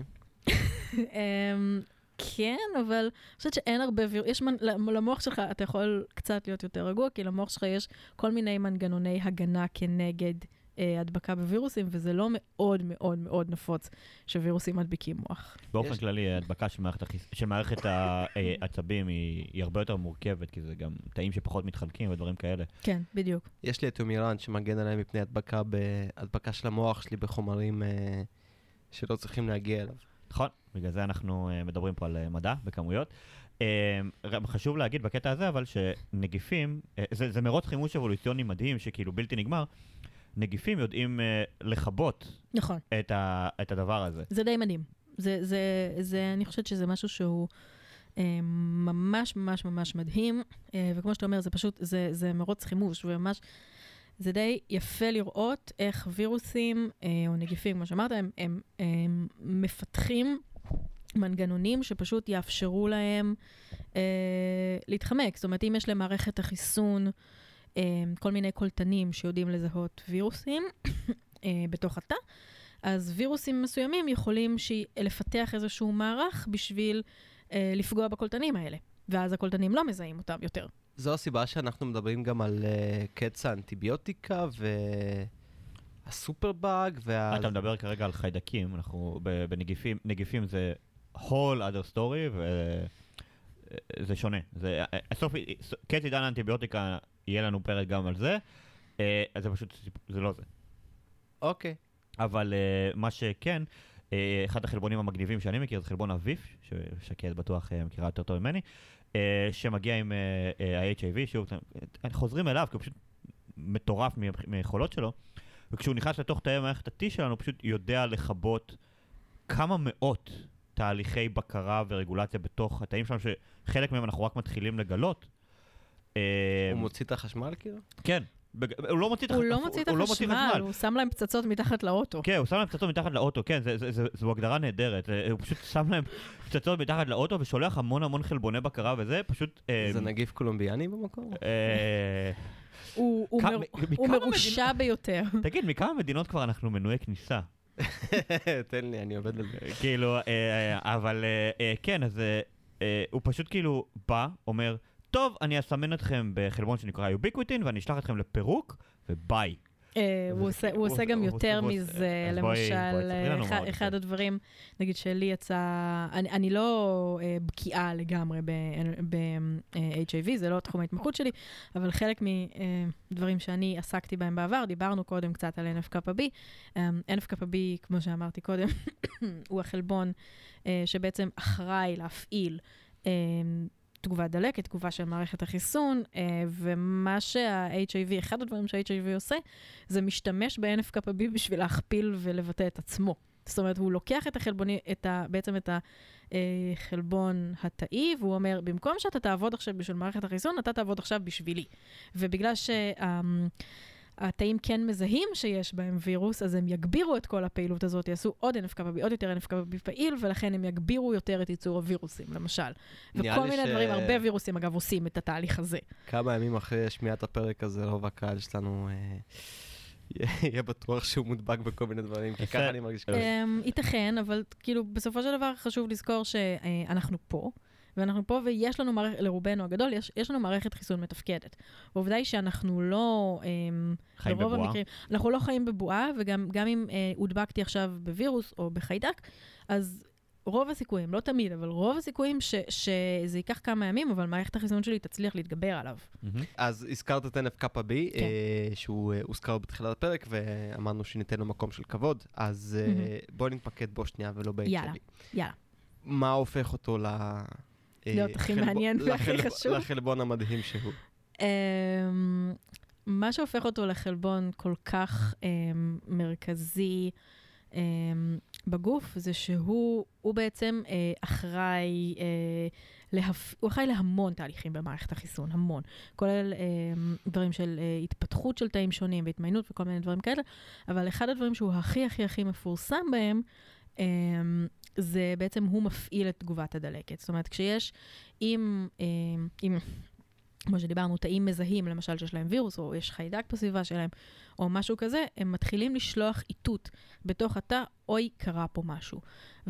כן, אבל אני חושבת שאין הרבה וירוס, יש, למוח שלך, אתה יכול קצת להיות יותר רגוע, כי למוח שלך יש כל מיני מנגנוני הגנה כנגד הדבקה בווירוסים, וזה לא מאוד מאוד מאוד נפוץ שווירוסים מדביקים מוח. באופן כללי, הדבקה של מערכת העצבים היא הרבה יותר מורכבת, כי זה גם תאים שפחות מתחלקים ודברים כאלה. כן, בדיוק. יש לי את יומירן שמגן עליהם מפני הדבקה בהדבקה של המוח שלי בחומרים שלא צריכים להגיע אליו. נכון, בגלל זה אנחנו מדברים פה על מדע בכמויות. חשוב להגיד בקטע הזה, אבל שנגיפים, זה מרוץ חימוש אבולוציוני מדהים, שכאילו בלתי נגמר, נגיפים יודעים uh, לחבות נכון. את, ה, את הדבר הזה. זה די מדהים. זה, זה, זה, אני חושבת שזה משהו שהוא uh, ממש ממש ממש מדהים, uh, וכמו שאתה אומר, זה פשוט, זה, זה מרוץ חימוש, וממש, זה די יפה לראות איך וירוסים uh, או נגיפים, כמו שאמרת, הם, הם, הם מפתחים מנגנונים שפשוט יאפשרו להם uh, להתחמק. זאת אומרת, אם יש למערכת החיסון, כל מיני קולטנים שיודעים לזהות וירוסים בתוך התא, אז וירוסים מסוימים יכולים לפתח איזשהו מערך בשביל לפגוע בקולטנים האלה, ואז הקולטנים לא מזהים אותם יותר. זו הסיבה שאנחנו מדברים גם על קץ האנטיביוטיקה והסופרבאג וה... אתה מדבר כרגע על חיידקים, אנחנו בנגיפים, נגיפים זה whole other story, וזה שונה. הסוף, קץ עידן האנטיביוטיקה יהיה לנו פרק גם על זה, אז זה פשוט, זה לא זה. אוקיי. אבל uh, מה שכן, uh, אחד החלבונים המגניבים שאני מכיר, זה חלבון אביף, ששקד בטוח uh, מכירה יותר טוב ממני, uh, שמגיע עם uh, uh, ה-אייץ' איי וי, שוב, חוזרים אליו, כי הוא פשוט מטורף מיכולות שלו, וכשהוא נכנס לתוך תאי מערכת ה-T שלנו, הוא פשוט יודע לחבות כמה מאות תהליכי בקרה ורגולציה בתוך התאים שלנו, שחלק מהם אנחנו רק מתחילים לגלות. הוא מוציא את החשמל כאילו? כן. הוא לא מוציא את החשמל. הוא לא מוציא את החשמל, הוא שם להם פצצות מתחת לאוטו. כן, הוא שם להם פצצות מתחת לאוטו, כן, זו הגדרה נהדרת. הוא פשוט שם להם פצצות מתחת לאוטו ושולח המון המון חלבוני בקרה וזה, פשוט... זה נגיף קולומביאני במקור? הוא מרושע ביותר. תגיד, מכמה מדינות כבר אנחנו מנועי כניסה? תן לי, אני עובד בזה. כאילו, אבל כן, אז הוא פשוט כאילו בא, אומר, טוב, אני אסמן אתכם בחלבון שנקרא יוביקוויטין, ואני אשלח אתכם לפירוק, וביי. הוא עושה גם יותר מזה, למשל, אחד הדברים, נגיד שלי יצא, אני לא בקיאה לגמרי ב-אייץ' איי וי, זה לא תחום ההתמחות שלי, אבל חלק מדברים שאני עסקתי בהם בעבר, דיברנו קודם קצת על אן אף קאפה בי. אן אף קאפה בי, כמו שאמרתי קודם, הוא החלבון שבעצם אחראי להפעיל תגובה דלקת, תגובה של מערכת החיסון, ומה שה-אייץ' איי וי, אחד הדברים שה-אייץ' איי וי עושה, זה משתמש ב-אן אף קאפה בי בשביל להכפיל ולבטא את עצמו. זאת אומרת, הוא לוקח את החלבוני, את ה, בעצם את החלבון התאי, והוא אומר, במקום שאתה תעבוד עכשיו בשביל מערכת החיסון, אתה תעבוד עכשיו בשבילי. ובגלל שה... התאים כן מזהים שיש בהם וירוס, אז הם יגבירו את כל הפעילות הזאת, יעשו עוד אן אף קאפה בי, עוד יותר אן אף קאפה בי פעיל, ולכן הם יגבירו יותר את ייצור הווירוסים, למשל. וכל מיני ש... דברים, הרבה וירוסים, אגב, עושים את התהליך הזה. כמה ימים אחרי שמיעת הפרק הזה, רוב הקהל שלנו אה, יהיה בטוח שהוא מודבק בכל מיני דברים, כי ככה אני מרגיש כזה. ייתכן, אבל כאילו, בסופו של דבר חשוב לזכור שאנחנו פה, ואנחנו פה, ויש לנו מערכת, לרובנו הגדול, יש, יש לנו מערכת חיסון מתפקדת. העובדה היא שאנחנו לא... חיים בבועה. המקרים, אנחנו לא חיים בבועה, וגם גם אם אה, הודבקתי עכשיו בווירוס או בחיידק, אז רוב הסיכויים, לא תמיד, אבל רוב הסיכויים ש, שזה ייקח כמה ימים, אבל מערכת החיסון שלי תצליח להתגבר עליו. Mm-hmm. אז הזכרת את אן אף קאפה בי, כן. אה, שהוא אה, הוזכר בתחילת הפרק, ואמרנו שניתן לו מקום של כבוד, אז אה, mm-hmm. בואו נתמקד בו שנייה ולא ב-אייץ' איי וי. יאללה, יאללה. מה הופך אותו ל... להיות הכי מעניין והכי חשוב. לחלבון המדהים שהוא. מה שהופך אותו לחלבון כל כך מרכזי בגוף, זה שהוא בעצם אחראי, הוא אחראי להמון תהליכים במערכת החיסון, המון. כולל דברים של התפתחות של תאים שונים והתמיינות וכל מיני דברים כאלה, אבל אחד הדברים שהוא הכי הכי הכי מפורסם בהם, זה בעצם הוא מפעיל את תגובת הדלקת. זאת אומרת, כשיש, אם, אם, כמו שדיברנו, תאים מזהים, למשל שיש להם וירוס, או יש חיידק בסביבה שלהם, או משהו כזה, הם מתחילים לשלוח איתות בתוך התא, אוי, קרה פה משהו.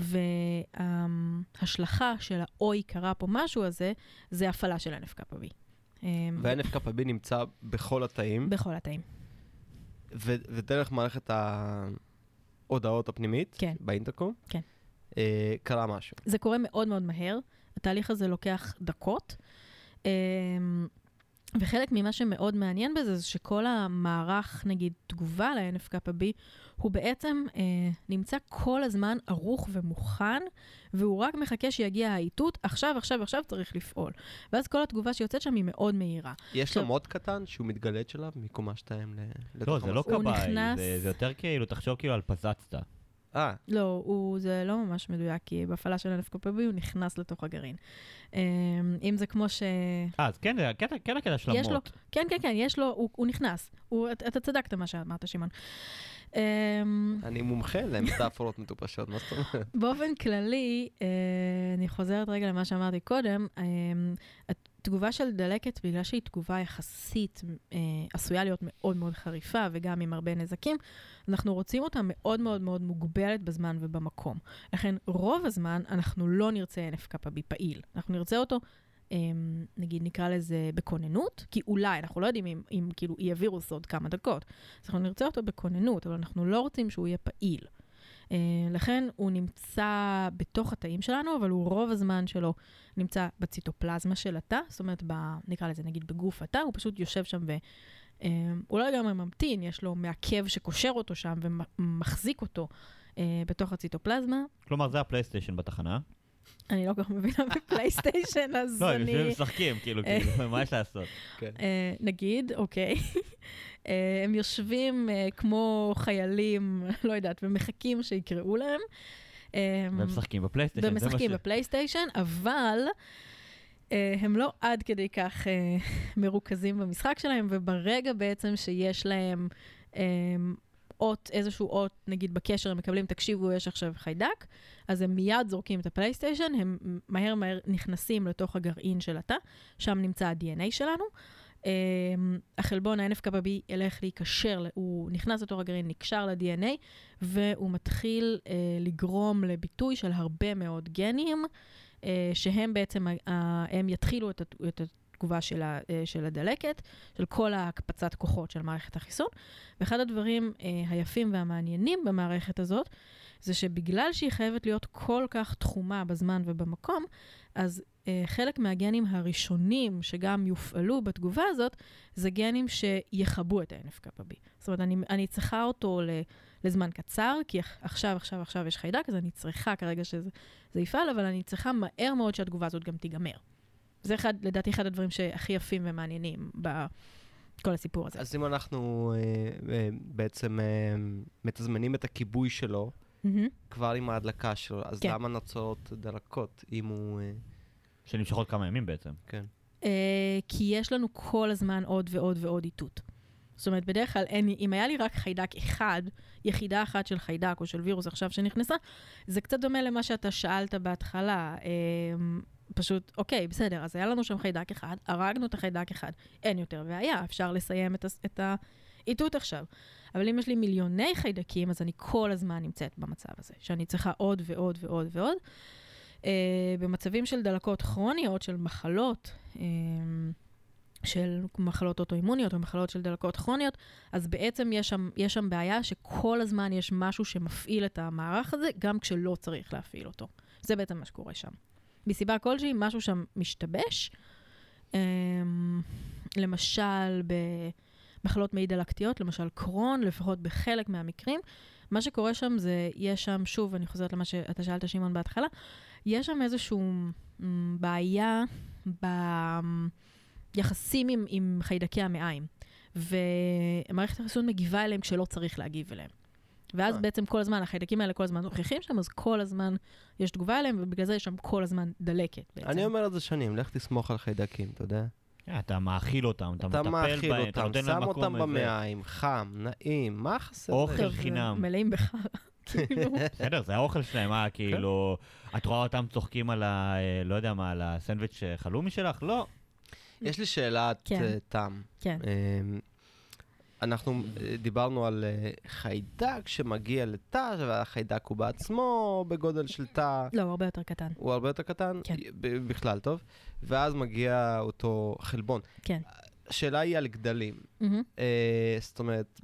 וההשלכה של האוי, קרה פה משהו הזה, זה הפעלה של אן אף קאפה בי. ו-אן אף קאפה בי נמצא בכל התאים. בכל התאים. ו- ודרך מערכת ההודעות הפנימית, כן. באינטרקום, כן. אה, קרה משהו. זה קורה מאוד מאוד מהר. התהליך הזה לוקח דקות. אה, וחלק ממה שמאוד מעניין בזה, זה שכל המערך, נגיד, תגובה ל-אן אף קאפה בי, הוא בעצם אה, נמצא כל הזמן ערוך ומוכן, והוא רק מחכה שיגיע האיתות, עכשיו, עכשיו, עכשיו צריך לפעול. ואז כל התגובה שיוצאת שם היא מאוד מהירה. יש עכשיו, לו מוד קטן שהוא מתגלת שלב מקומה שתיים לתוך לא, זה לא קבאי, נכנס... זה, זה יותר כאילו, תחשוב כאילו על פזצת. אה. לא, הוא, זה לא ממש מדויק, כי בהפעלה של אן אף קאפה בי הוא נכנס לתוך הגרעין. אם זה כמו ש... אה, אז כן, כן, כן, הקטע של המות. כן, כן, כן, יש לו, הוא, הוא נכנס. הוא, אתה צדקת מה שאמרת, שמעון. אני מומחה למטאפורות מטופשות, מה זאת אומרת? באופן כללי, אני חוזרת רגע למה שאמרתי קודם, התגובה של דלקת, בגלל שהיא תגובה יחסית, עשויה להיות מאוד מאוד חריפה, וגם עם הרבה נזקים, אנחנו רוצים אותה מאוד מאוד מאוד מוגבלת בזמן ובמקום. לכן, רוב הזמן אנחנו לא נרצה אן אף קאפה בי פעיל. אנחנו נרצה אותו, נגיד נקרא לזה בכוננות, כי אולי, אנחנו לא יודעים אם, אם כאילו יהיה וירוס עוד כמה דקות. אז אנחנו נרצה אותו בכוננות, אבל אנחנו לא רוצים שהוא יהיה פעיל. לכן הוא נמצא בתוך התאים שלנו, אבל הוא רוב הזמן שלו נמצא בציטופלזמה של התא, זאת אומרת, ב, נקרא לזה נגיד בגוף התא, הוא פשוט יושב שם הוא לא לגמרי ממתין, יש לו מעכב שקושר אותו שם ומחזיק אותו בתוך הציטופלזמה. כלומר, זה הפלייסטיישן בתחנה. אני לא כל כך מבינה בפלייסטיישן, אז אני... לא, הם יושבים משחקים, כאילו, מה יש לעשות? נגיד, אוקיי. הם יושבים כמו חיילים, לא יודעת, ומחכים שיקראו להם. והם משחקים בפלייסטיישן. ומשחקים בפלייסטיישן, אבל הם לא עד כדי כך מרוכזים במשחק שלהם, וברגע בעצם שיש להם אות, איזשהו אות, נגיד בקשר, הם מקבלים, תקשיבו, יש עכשיו חיידק, אז הם מיד זורקים את הפלייסטיישן, הם מהר מהר נכנסים לתוך הגרעין של התא, שם נמצא ה-די אן איי שלנו, החלבון, ה-אן אף קאפ בי, ילך להיקשר, הוא נכנס לתוך הגרעין, נקשר ל-די אן איי, והוא מתחיל לגרום לביטוי של הרבה מאוד גנים, שהם בעצם, הם יתחילו את התגובה של, ה, של הדלקת, של כל ההקפצת כוחות של מערכת החיסון. ואחד הדברים היפים והמעניינים במערכת הזאת, זה שבגלל שהיא חייבת להיות כל כך תחומה בזמן ובמקום, אז חלק מהגנים הראשונים שגם יופעלו בתגובה הזאת, זה גנים שיחבו את ה-אן אף קאפ בי. זאת אומרת, אני, אני צריכה אותו ל... לזמן קצר, כי עכשיו, עכשיו, עכשיו יש חיידק, אז אני צריכה כרגע שזה יפעל, אבל אני צריכה מהר מאוד שהתגובה הזאת גם תיגמר. זה אחד, לדעתי, אחד הדברים שהכי יפים ומעניינים בכל הסיפור הזה. אז אם אנחנו אה, אה, בעצם אה, מתזמנים את הכיבוי שלו, mm-hmm. כבר עם ההדלקה שלו, אז כן. למה נוצרות דלקות אם הוא... אה... שנמשכות כמה ימים בעצם. כן. אה, כי יש לנו כל הזמן עוד ועוד ועוד איתות. זאת אומרת, בדרך כלל, אין, אם היה לי רק חיידק אחד, יחידה אחת של חיידק או של וירוס עכשיו שנכנסה, זה קצת דומה למה שאתה שאלת בהתחלה. אה, פשוט, אוקיי, בסדר, אז היה לנו שם חיידק אחד, הרגנו את החיידק אחד, אין יותר בעיה, אפשר לסיים את, את האיתות עכשיו. אבל אם יש לי מיליוני חיידקים, אז אני כל הזמן נמצאת במצב הזה, שאני צריכה עוד ועוד ועוד ועוד. אה, במצבים של דלקות כרוניות, של מחלות, אה, של מחלות אוטואימוניות או מחלות של דלקות כרוניות, אז בעצם יש שם, יש שם בעיה שכל הזמן יש משהו שמפעיל את המערך הזה, גם כשלא צריך להפעיל אותו. זה בעצם מה שקורה שם. מסיבה כלשהי, משהו שם משתבש, למשל במחלות מעי דלקתיות, למשל קרון, לפחות בחלק מהמקרים, מה שקורה שם זה, יש שם, שוב, אני חוזרת למה שאתה שאלת שמעון בהתחלה, יש שם איזשהו בעיה ביחסים עם, עם חיידקי המעיים, ומערכת החיסון מגיבה אליהם כשלא צריך להגיב אליהם. ואז בעצם כל הזמן, החיידקים האלה כל הזמן נוכחים שם, אז כל הזמן יש תגובה אליהם, ובגלל זה יש שם כל הזמן דלקת בעצם. אני אומר את זה שנים, לך תסמוך על חיידקים, אתה יודע? אתה מאכיל אותם, אתה מטפל בהם, אתה נותן להם מקום. שם אותם במעיים, חם, נעים, מה חסר? אוכל חינם. מלאים בחר, כאילו. בסדר, זה האוכל שלהם, אה, כאילו, את רואה אותם צוחקים על ה... לא יודע מה, על הסנדוויץ' חלומי שלך? לא. יש לי שאלת תם. כן. אנחנו דיברנו על חיידק שמגיע לתא, והחיידק הוא בעצמו בגודל של תא. לא, הוא הרבה יותר קטן. הוא הרבה יותר קטן? כן. בכלל טוב. ואז מגיע אותו חלבון. כן. השאלה היא על גדלים. זאת אומרת,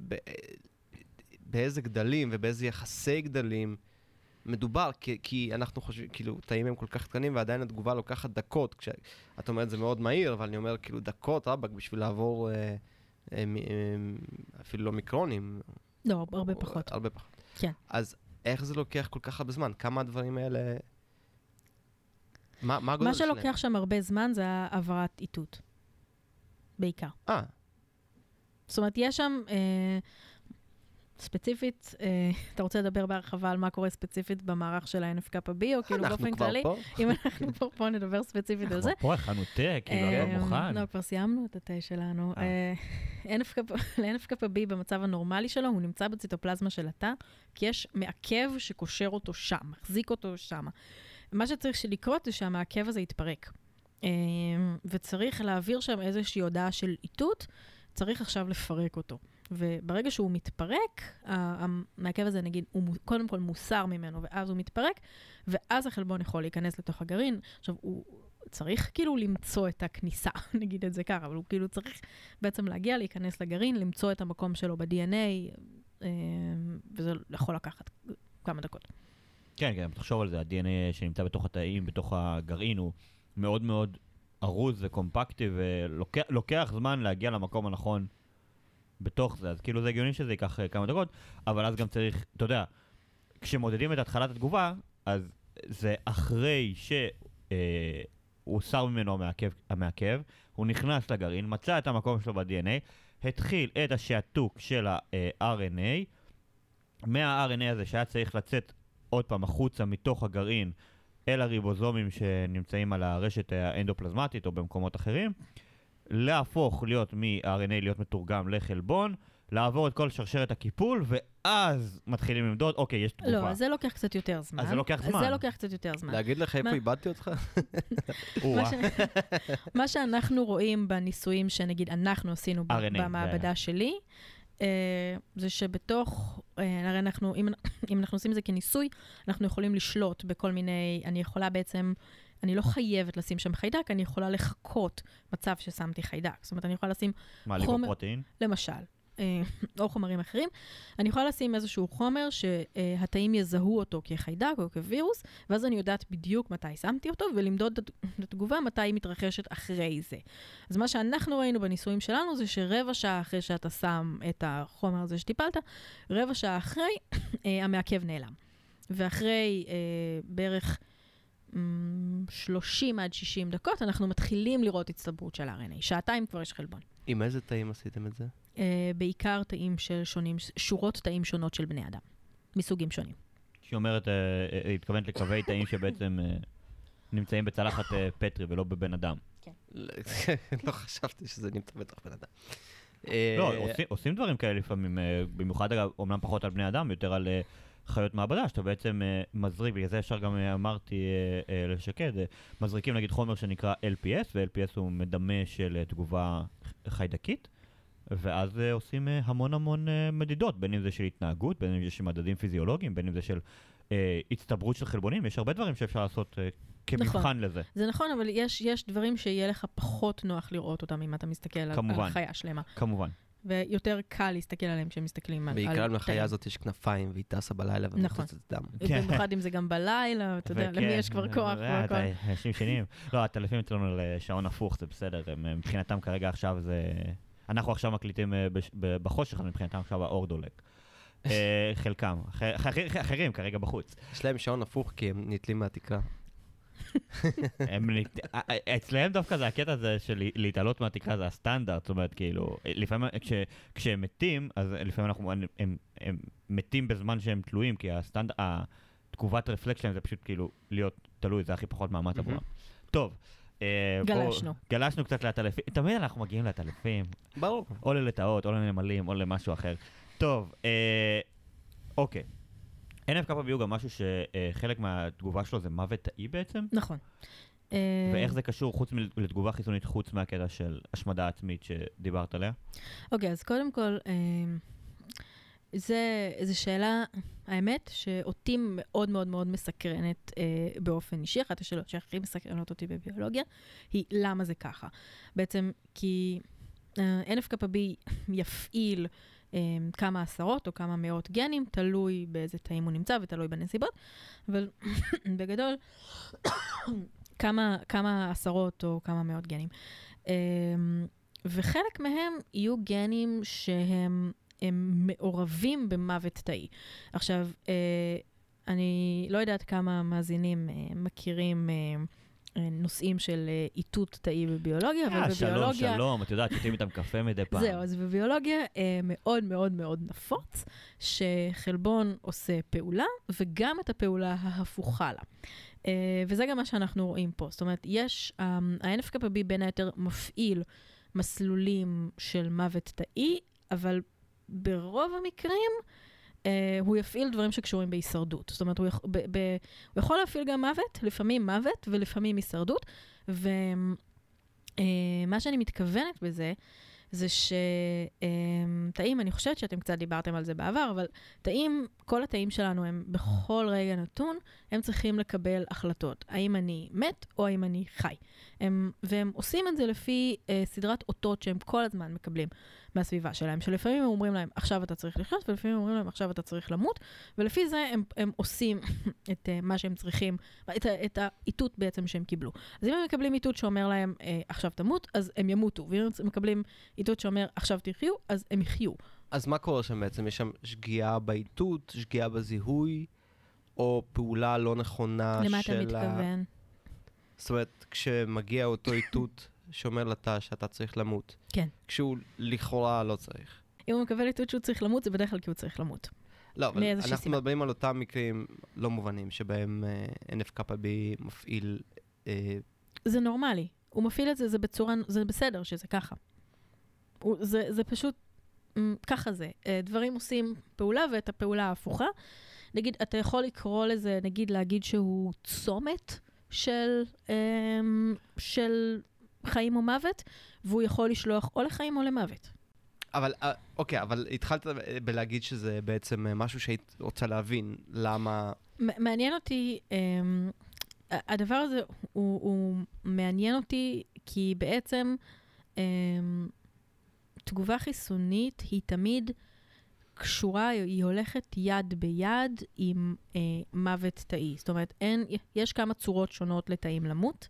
באיזה גדלים ובאיזה יחסי גדלים מדובר, כי אנחנו חושבים, כאילו, תאים הם כל כך קטנים, ועדיין התגובה לוקחת דקות. כשאת אומרת, זה מאוד מהיר, אבל אני אומר, כאילו, דקות, רבק, בשביל לעבור... אפילו לא מיקרונים. לא, הרבה פחות. הרבה פחות. כן. אז איך זה לוקח כל כך הרבה זמן? כמה הדברים האלה... מה, מה הגודל שלהם? מה שלוקח שם הרבה זמן זה העברת איתות. בעיקר. אה. זאת אומרת, יש שם... אה, ספציפית, אה, אתה רוצה לדבר בהרחבה על מה קורה ספציפית במערך של ה-אן אף קאפ בי, או כאילו באופן כללי? אנחנו כבר פה. אם אנחנו פה, פה נדבר ספציפית על זה. אנחנו פה הכנו תה, כאילו, לא מוכן. לא, כבר סיימנו את התה שלנו. ל-אן אף קאפ בי במצב הנורמלי שלו, הוא נמצא בציטופלזמה של התא, כי יש מעכב שקושר אותו שם, מחזיק אותו שם. מה שצריך לקרות זה שהמעכב הזה יתפרק. וצריך להעביר שם איזושהי הודעה של איתות, צריך עכשיו לפרק אותו. וברגע שהוא מתפרק, המעכב הזה, נגיד, הוא קודם כל מוסר ממנו, ואז הוא מתפרק, ואז החלבון יכול להיכנס לתוך הגרעין. עכשיו, הוא צריך כאילו למצוא את הכניסה, נגיד את זה ככה, אבל הוא כאילו צריך בעצם להגיע, להיכנס לגרעין, למצוא את המקום שלו ב-די אן איי, וזה יכול לקחת כמה דקות. כן, כן, תחשוב על זה, ה-די אן איי שנמצא בתוך התאים, בתוך הגרעין, הוא מאוד מאוד ארוז וקומפקטי, ולוקח זמן להגיע למקום הנכון בתוך זה, אז כאילו זה הגיוני שזה ייקח כמה דקות, אבל אז גם צריך, אתה יודע, כשמודדים את התחלת התגובה, אז זה אחרי שהוא הוסר ממנו המעכב, המעכב, הוא נכנס לגרעין, מצא את המקום שלו ב-די אן איי, התחיל את השעתוק של ה-אר אן איי, מה-אר אן איי הזה שהיה צריך לצאת עוד פעם החוצה מתוך הגרעין אל הריבוזומים שנמצאים על הרשת האנדופלזמטית או במקומות אחרים, להפוך להיות מ-אר אן איי להיות מתורגם לחלבון, לעבור את כל שרשרת הקיפול, ואז מתחילים למדוד, אוקיי, יש תגובה. לא, זה לוקח קצת יותר זמן. אז זה לוקח זמן. זה לוקח קצת יותר זמן. להגיד לך איפה איבדתי אותך? מה שאנחנו רואים בניסויים שנגיד אנחנו עשינו במעבדה שלי, זה שבתוך, הרי אנחנו, אם אנחנו עושים את זה כניסוי, אנחנו יכולים לשלוט בכל מיני, אני יכולה בעצם, אני לא חייבת לשים שם חיידק, אני יכולה לחכות מצב ששמתי חיידק. זאת אומרת, אני יכולה לשים מה, ליפופרוטאין? למשל. או חומרים אחרים, אני יכולה לשים איזשהו חומר שהתאים יזהו אותו כחיידק או כווירוס, ואז אני יודעת בדיוק מתי שמתי אותו, ולמדוד את התגובה מתי היא מתרחשת אחרי זה. אז מה שאנחנו ראינו בניסויים שלנו, זה שרבע שעה אחרי שאתה שם את החומר הזה שטיפלת, רבע שעה אחרי, המעכב נעלם. ואחרי בערך שלושים עד שישים דקות, אנחנו מתחילים לראות הצטברות של ה-אר אן איי. שעתיים כבר יש חלבון. עם איזה תאים עשיתם את זה? Uh, בעיקר תאים של שונים, שורות תאים שונות של בני אדם, מסוגים שונים. שהיא אומרת, uh, התכוונת לקווי תאים שבעצם uh, נמצאים בצלחת uh, פטרי ולא בבן אדם. כן. לא חשבתי שזה נמצא בתוך בן אדם. לא, עושים, עושים דברים כאלה לפעמים, uh, במיוחד אגב, אומנם פחות על בני אדם, יותר על uh, חיות מעבדה, שאתה בעצם uh, מזריק, בגלל זה אפשר גם uh, אמרתי uh, uh, לשקד, uh, מזריקים נגיד חומר שנקרא אל פי אס, ו-אל פי אס הוא מדמה של uh, תגובה חיידקית, ואז uh, עושים uh, המון המון uh, מדידות, בין אם זה של התנהגות, בין אם זה של מדדים פיזיולוגיים, בין אם זה של uh, הצטברות של חלבונים, יש הרבה דברים שאפשר לעשות uh, כמבחן נכון. לזה. זה נכון, אבל יש, יש דברים שיהיה לך פחות נוח לראות אותם אם אתה מסתכל על, על חיה שלמה. כמובן. ויותר קל להסתכל עליהם כשמסתכלים על... בעיקר אם לחיה הזאת יש כנפיים והיא טסה בלילה ומוצצת דם. במיוחד אם זה גם בלילה, אתה יודע, למי יש כבר כוח והכל. אנשים שנים. לא, הטלפים אצלנו לשעון הפוך, זה בסדר. מבחינתם כרגע עכשיו זה... אנחנו עכשיו מקליטים בחושך, מבחינתם עכשיו האור דולק. חלקם. אחרים כרגע בחוץ. יש להם שעון הפוך כי הם נתלים מהתקרה. אצלהם דווקא זה הקטע הזה של להתעלות מהתקרה, זה הסטנדרט, זאת אומרת, כאילו, לפעמים כשהם מתים, אז לפעמים אנחנו, הם מתים בזמן שהם תלויים, כי התגובת רפלקס שלהם זה פשוט כאילו להיות תלוי, זה הכי פחות מאמץ עבורם. טוב. גלשנו. גלשנו קצת לטלפים, תמיד אנחנו מגיעים לטלפים. ברור. או ללטאות, או לנמלים, או למשהו אחר. טוב, אוקיי. אן אף קאפה בי הוא גם משהו שחלק מהתגובה שלו זה מוות תאי בעצם? נכון. ואיך זה קשור חוץ לתגובה חיסונית, חוץ מהקטע של השמדה עצמית שדיברת עליה? אוקיי, אז קודם כל, זו שאלה, האמת, שאותי מאוד מאוד מאוד מסקרנת באופן אישי. אחת השאלות שהכי מסקרנות אותי בביולוגיה, היא למה זה ככה. בעצם כי אן אף קאפה בי יפעיל כמה עשרות או כמה מאות גנים, תלוי באיזה תאים הוא נמצא ותלוי בנסיבות, אבל בגדול, כמה, כמה עשרות או כמה מאות גנים. וחלק מהם יהיו גנים שהם הם מעורבים במוות תאי. עכשיו, אני לא יודעת כמה מאזינים מכירים נושאים של איתות תאי בביולוגיה, אבל בביולוגיה... שלום, שלום, את יודעת, שותים איתם קפה מדי פעם. זהו, אז בביולוגיה מאוד מאוד מאוד נפוץ, שחלבון עושה פעולה, וגם את הפעולה ההפוכה לה. וזה גם מה שאנחנו רואים פה. זאת אומרת, יש, ה-אן אף קאפה בי בין היתר מפעיל מסלולים של מוות תאי, אבל ברוב המקרים, Uh, הוא יפעיל דברים שקשורים בהישרדות. זאת אומרת, הוא, יכ... ב- ב- הוא יכול להפעיל גם מוות, לפעמים מוות ולפעמים הישרדות. ומה uh, שאני מתכוונת בזה, זה שתאים, uh, אני חושבת שאתם קצת דיברתם על זה בעבר, אבל תאים, כל התאים שלנו הם בכל רגע נתון, הם צריכים לקבל החלטות. האם אני מת או האם אני חי. הם, והם עושים את זה לפי uh, סדרת אותות שהם כל הזמן מקבלים מהסביבה שלהם, שלפעמים הם אומרים להם, עכשיו אתה צריך לחיות, ולפעמים הם אומרים להם, עכשיו אתה צריך למות, ולפי זה הם, הם עושים את uh, מה שהם צריכים, את, את האיתות בעצם שהם קיבלו. אז אם הם מקבלים איתות שאומר להם, uh, עכשיו תמות, אז הם ימותו, ואם הם מקבלים איתות שאומר, עכשיו תחיו, אז הם יחיו. אז מה קורה שם בעצם? יש שם שגיאה באיתות, שגיאה בזיהוי, או פעולה לא נכונה של... למה אתה מתכוון? זאת אומרת, כשמגיע אותו איתות שאומר לתא שאתה צריך למות. כן. כשהוא לכאורה לא צריך. אם הוא מקבל איתות שהוא צריך למות, זה בדרך כלל כי הוא צריך למות. לא, אבל אנחנו מדברים על אותם מקרים לא מובנים, שבהם אן אף קאפ בי מפעיל... זה נורמלי. הוא מפעיל את זה, זה בצורה, זה בסדר שזה ככה. זה, זה פשוט, ככה זה. דברים עושים פעולה, ואת הפעולה ההפוכה. נגיד, אתה יכול לקרוא לזה, נגיד, להגיד שהוא צומת של, של חיים או מוות, והוא יכול לשלוח או לחיים או למוות. אבל, אוקיי, אבל התחלת בלהגיד שזה בעצם משהו שהיית רוצה להבין, למה... מעניין אותי, הדבר הזה הוא, הוא מעניין אותי, כי בעצם תגובה חיסונית היא תמיד קשורה, היא הולכת יד ביד עם מוות תאי. זאת אומרת, אין, יש כמה צורות שונות לתאים למות.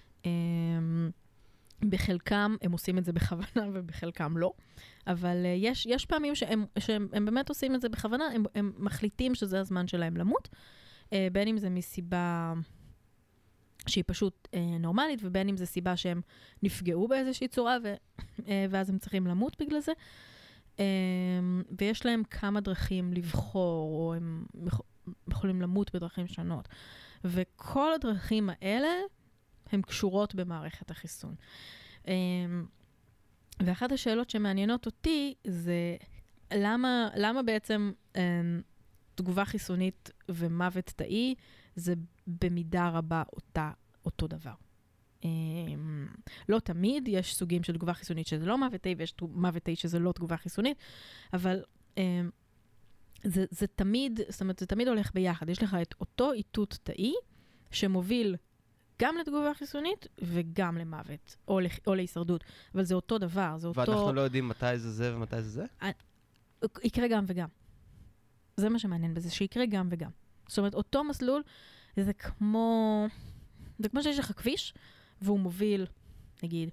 בחלקם הם עושים את זה בכוונה ובחלקם לא. אבל uh, יש, יש פעמים שהם, שהם הם באמת עושים את זה בכוונה, הם, הם מחליטים שזה הזמן שלהם למות, uh, בין אם זה מסיבה שהיא פשוט uh, נורמלית, ובין אם זה סיבה שהם נפגעו באיזושהי צורה, ו, uh, ואז הם צריכים למות בגלל זה. Uh, ויש להם כמה דרכים לבחור, או הם יכולים למות בדרכים שונות. וכל הדרכים האלה, הן קשורות במערכת החיסון. Um, ואחת השאלות שמעניינות אותי זה למה, למה בעצם um, תגובה חיסונית ומוות תאי זה במידה רבה אותה, אותו דבר. Um, לא תמיד, יש סוגים של תגובה חיסונית שזה לא מוות תאי, ויש מוות תאי שזה לא תגובה חיסונית, אבל um, זה, זה תמיד, זאת אומרת, זה תמיד הולך ביחד. יש לך את אותו איתות תאי שמוביל גם לתגובה חיסונית וגם למוות, או, לח... או להישרדות. אבל זה אותו דבר, זה אותו... ואנחנו לא יודעים מתי זה זה ומתי זה זה? יקרה גם וגם. זה מה שמעניין בזה, שיקרה גם וגם. זאת אומרת, אותו מסלול, זה כמו... זה כמו שיש לך כביש, והוא מוביל, נגיד,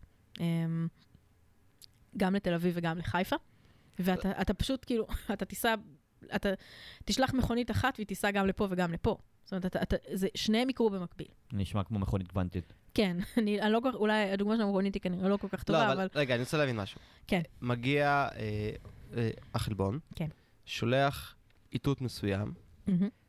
גם לתל אביב וגם לחיפה, ואתה אתה פשוט, כאילו, אתה תיסע, אתה תשלח מכונית אחת, והיא תיסע גם לפה וגם לפה. זאת אומרת, אתה, אתה, זה, שניהם יקרו במקביל. נשמע כמו מכונית קוונטית. כן, אני, אני לא כל כך, אולי הדוגמה של המכונית היא כנראה לא כל כך טובה, לא, אבל... אבל... רגע, אני רוצה להבין משהו. כן. מגיע אה, אה, החלבון, כן. שולח איתות מסוים, Mm-hmm.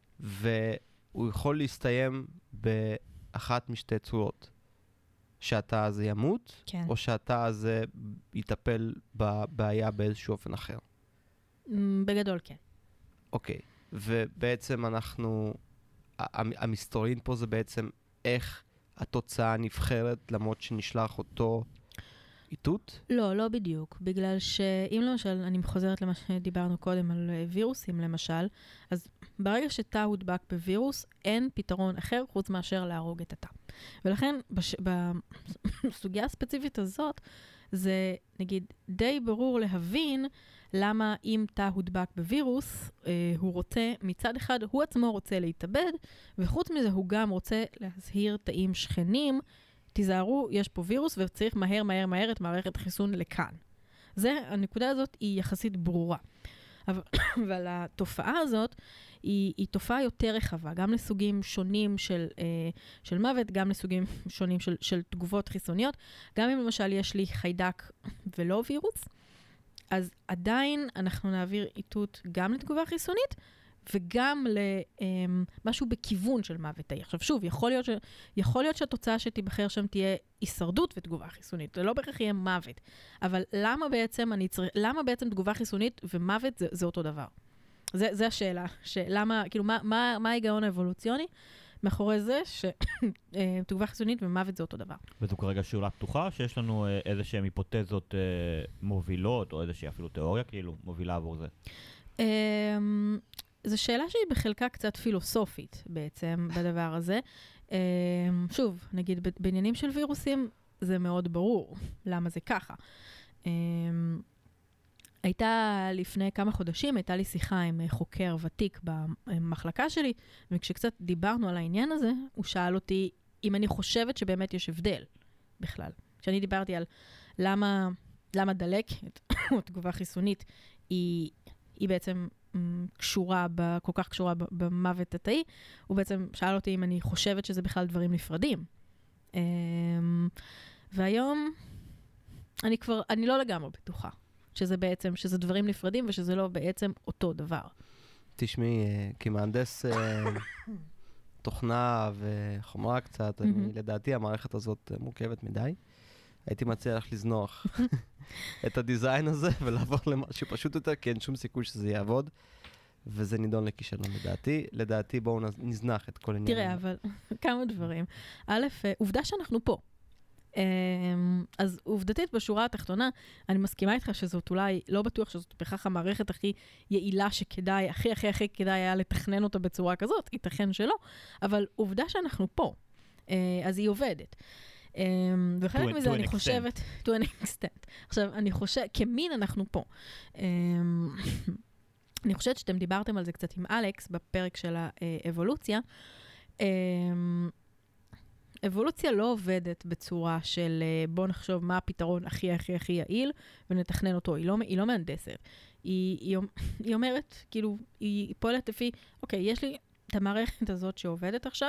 והוא יכול להסתיים באחת משתי צורות. שהתא הזה ימות, כן. או שהתא הזה יטפל בבעיה באיזשהו אופן אחר. בגדול, כן. אוקיי, ובעצם אנחנו... המסתורין פה זה בעצם איך התוצאה נבחרת למרות שנשלח אותו איתות? לא, לא בדיוק. בגלל שאם למשל, אני חוזרת למה שדיברנו קודם על וירוסים למשל, אז ברגע שתא הודבק בווירוס, אין פתרון אחר חוץ מאשר להרוג את התא. ולכן בש... בסוגיה הספציפית הזאת, זה נגיד די ברור להבין למה אם תא הודבק בווירוס, אה, הוא רוצה, מצד אחד, הוא עצמו רוצה להתאבד, וחוץ מזה הוא גם רוצה להזהיר תאים שכנים, תיזהרו, יש פה וירוס וצריך מהר מהר מהר את מערכת החיסון לכאן. זה, הנקודה הזאת היא יחסית ברורה. אבל, אבל התופעה הזאת היא, היא תופעה יותר רחבה, גם לסוגים שונים של, אה, של מוות, גם לסוגים שונים של, של תגובות חיסוניות. גם אם למשל יש לי חיידק ולא וירוס, אז עדיין אנחנו נעביר איתות גם לתגובה חיסונית, וגם למשהו בכיוון של מוות תאי. עכשיו שוב, יכול להיות, ש... יכול להיות שהתוצאה שתיבחר שם תהיה הישרדות ותגובה חיסונית. זה לא בהכרח יהיה מוות. אבל למה בעצם, אני צר... למה בעצם תגובה חיסונית ומוות זה, זה אותו דבר? זה, זה השאלה. שלמה, כאילו, מה, מה, מה ההיגיון האבולוציוני? מאחורי זה שתגובה חיסונית ומוות זה אותו דבר. וזו כרגע שאלה פתוחה, שיש לנו איזה שהן היפותזות מובילות, או איזושהי אפילו תיאוריה, כאילו, מובילה עבור זה. זו שאלה שהיא בחלקה קצת פילוסופית בעצם בדבר הזה. שוב, נגיד בעניינים של וירוסים זה מאוד ברור למה זה ככה. הייתה לפני כמה חודשים, הייתה לי שיחה עם חוקר ותיק במחלקה שלי, וכשקצת דיברנו על העניין הזה, הוא שאל אותי אם אני חושבת שבאמת יש הבדל בכלל. כשאני דיברתי על למה, למה דלקת, או תגובה חיסונית, היא, היא בעצם קשורה, ב, כל כך קשורה במוות התאי, הוא בעצם שאל אותי אם אני חושבת שזה בכלל דברים נפרדים. והיום, אני כבר, אני לא לגמרי בטוחה, שזה בעצם, שזה דברים נפרדים, ושזה לא בעצם אותו דבר. תשמעי, כמהנדס תוכנה וחומרה קצת, אני, לדעתי המערכת הזאת מורכבת מדי. הייתי מציע לך לזנוח את הדיזיין הזה ולעבור למשהו פשוט יותר, כי אין שום סיכוי שזה יעבוד, וזה נידון לכישלון לדעתי. לדעתי בואו נזנח את כל עניין. תראה, אבל כמה דברים. א', עובדה שאנחנו פה. אז עובדתית בשורה התחתונה, אני מסכימה איתך שזאת אולי, לא בטוח שזאת בכך המערכת הכי יעילה שכדאי, הכי הכי הכי כדאי היה לתכנן אותה בצורה כזאת, ייתכן שלא, אבל עובדה שאנחנו פה, אז היא עובדת. וחלק מזה אני חושבת, to an extent. עכשיו, אני חושבת, כמין אנחנו פה. אני חושבת שאתם דיברתם על זה קצת עם אלכס, בפרק של האבולוציה. אבולוציה לא עובדת בצורה של בוא נחשוב מה הפתרון הכי הכי הכי יעיל, ונתכנן אותו. היא לא, היא לא מהנדסת. היא, היא, היא אומרת, כאילו, היא פועלת לפי, אוקיי, יש לי את המערכת הזאת שעובדת עכשיו,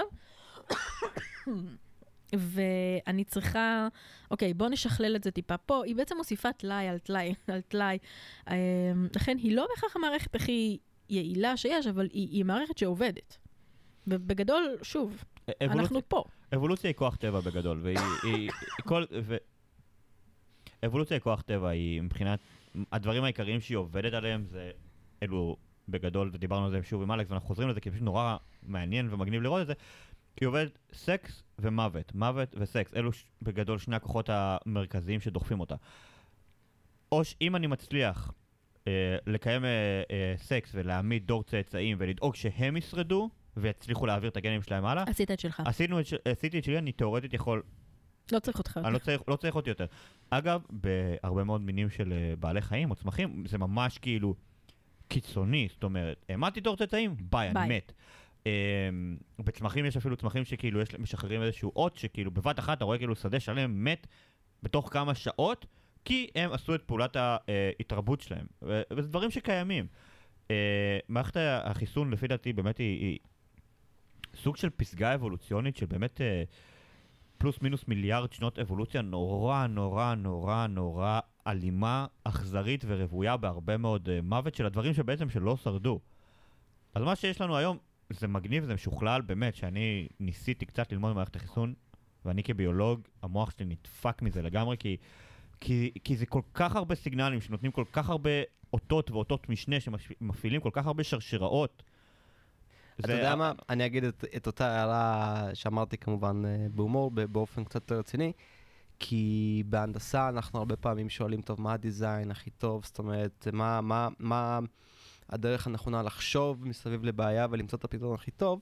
ואני צריכה, אוקיי, בוא נשכלל את זה טיפה פה. היא בעצם מוסיפה תלאי על תלאי על תלאי. לכן היא לא בכך המערכת הכי יעילה שיש, אבל היא, היא מערכת שעובדת. ובגדול, שוב, אבולוציה, אנחנו פה. אבולוציה היא כוח טבע בגדול, והיא, היא, כל, ו... אבולוציה היא כוח טבע, היא מבחינת, הדברים העיקריים שהיא עובדת עליהם זה אלו בגדול, ודיברנו על זה שוב עם אלכס, ואנחנו חוזרים לזה, כי פשוט נורא מעניין ומגניב לראות את זה, היא עובדת סקס ומוות, מוות וסקס, אלו ש... בגדול שני הכוחות המרכזיים שדוחפים אותה. או שאם אני מצליח אה, לקיים אה, אה, סקס ולהעמיד דור צאצאים ולדאוג שהם ישרדו, והצליחו להעביר את הגנים שלהם הלאה. עשית את שלך. עשינו את, עשיתי את שלי, אני תיאורטית יכול... לא צריך אותך. אני לא צריך, לא צריך אותי יותר. אגב, בהרבה מאוד מינים של בעלי חיים או צמחים, זה ממש כאילו קיצוני, זאת אומרת, העמדתי דור צאצאים, ביי, אני מת. בצמחים יש אפילו צמחים שכאילו יש, משחררים איזשהו אות, שכאילו בבת אחת אתה רואה כאילו שדה שלם מת בתוך כמה שעות, כי הם עשו את פעולת ההתרבות שלהם. וזה דברים שקיימים. מערכת החיסון, לפי דעתי, באמת היא... היא סוג של פסגה אבולוציונית של באמת אה, פלוס מינוס מיליארד שנות אבולוציה נורא נורא נורא נורא אלימה, אכזרית ורבויה בהרבה מאוד אה, מוות של הדברים שבעצם שלא שרדו. אז מה שיש לנו היום זה מגניב, זה משוכלל באמת, שאני ניסיתי קצת ללמוד במערכת החיסון, ואני כביולוג, המוח שלי נדפק מזה לגמרי, כי, כי, כי זה כל כך הרבה סיגנלים שנותנים כל כך הרבה אותות ואותות משנה שמפעילים כל כך הרבה שרשראות. אתה יודע מה? אני אגיד את, את אותה הערה שאמרתי כמובן בהומור, באופן קצת יותר רציני, כי בהנדסה אנחנו הרבה פעמים שואלים, טוב, מה הדיזיין הכי טוב? זאת אומרת, מה, מה, מה הדרך הנכונה לחשוב מסביב לבעיה ולמצוא את הפתרון הכי טוב?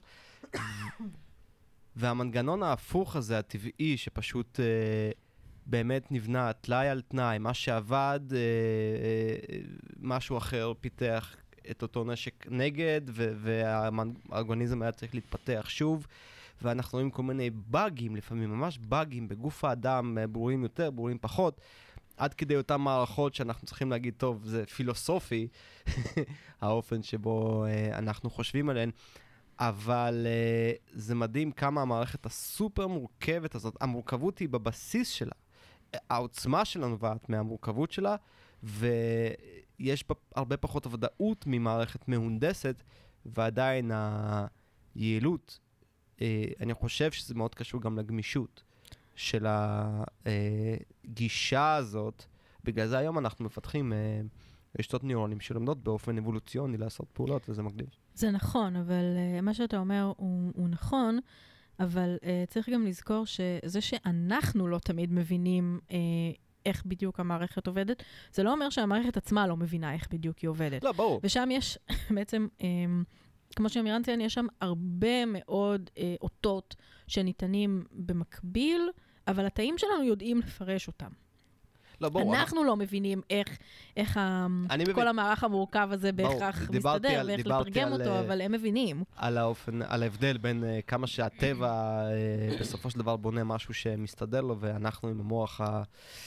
והמנגנון ההפוך הזה, הטבעי, שפשוט אה, באמת נבנה תלאי על תנאי, מה שעבד, אה, אה, משהו אחר פיתח את אותו נשק נגד, והאורגניזם היה צריך להתפתח שוב, ואנחנו רואים כל מיני בגים, לפעמים ממש בגים בגוף האדם, ברורים יותר, ברורים פחות, עד כדי אותם מערכות שאנחנו צריכים להגיד, טוב, זה פילוסופי, האופן שבו uh, אנחנו חושבים עליהן, אבל uh, זה מדהים כמה המערכת הסופר מורכבת הזאת, המורכבות היא בבסיס שלה, העוצמה שלה נובעת מהמורכבות שלה, ויש הרבה פחות ודאות ממערכת מהונדסת, ועדיין היעילות, אני חושב שזה מאוד קשור גם לגמישות של הגישה הזאת. בגלל זה היום אנחנו מפתחים רשתות ניורונים שלומדות באופן אבולוציוני לעשות פעולות, וזה מגניב. זה נכון, אבל מה שאתה אומר הוא, הוא נכון, אבל צריך גם לזכור שזה שאנחנו לא תמיד מבינים איך בדיוק המערכת עובדת, זה לא אומר שהמערכת עצמה לא מבינה איך בדיוק היא עובדת. לא, ברור. ושם יש בעצם, כמו שאמירן ציין, יש שם הרבה מאוד אותות שניתנים במקביל, אבל התאים שלנו יודעים לפרש אותם. לא, ברור. אנחנו לא מבינים איך, איך כל המערך המורכב הזה בהכרח מסתדר, ואיך לתרגם אותו, אבל הם מבינים. על האופן, על ההבדל בין כמה שהטבע בסופו של דבר בונה משהו שמסתדר לו, ואנחנו עם המוח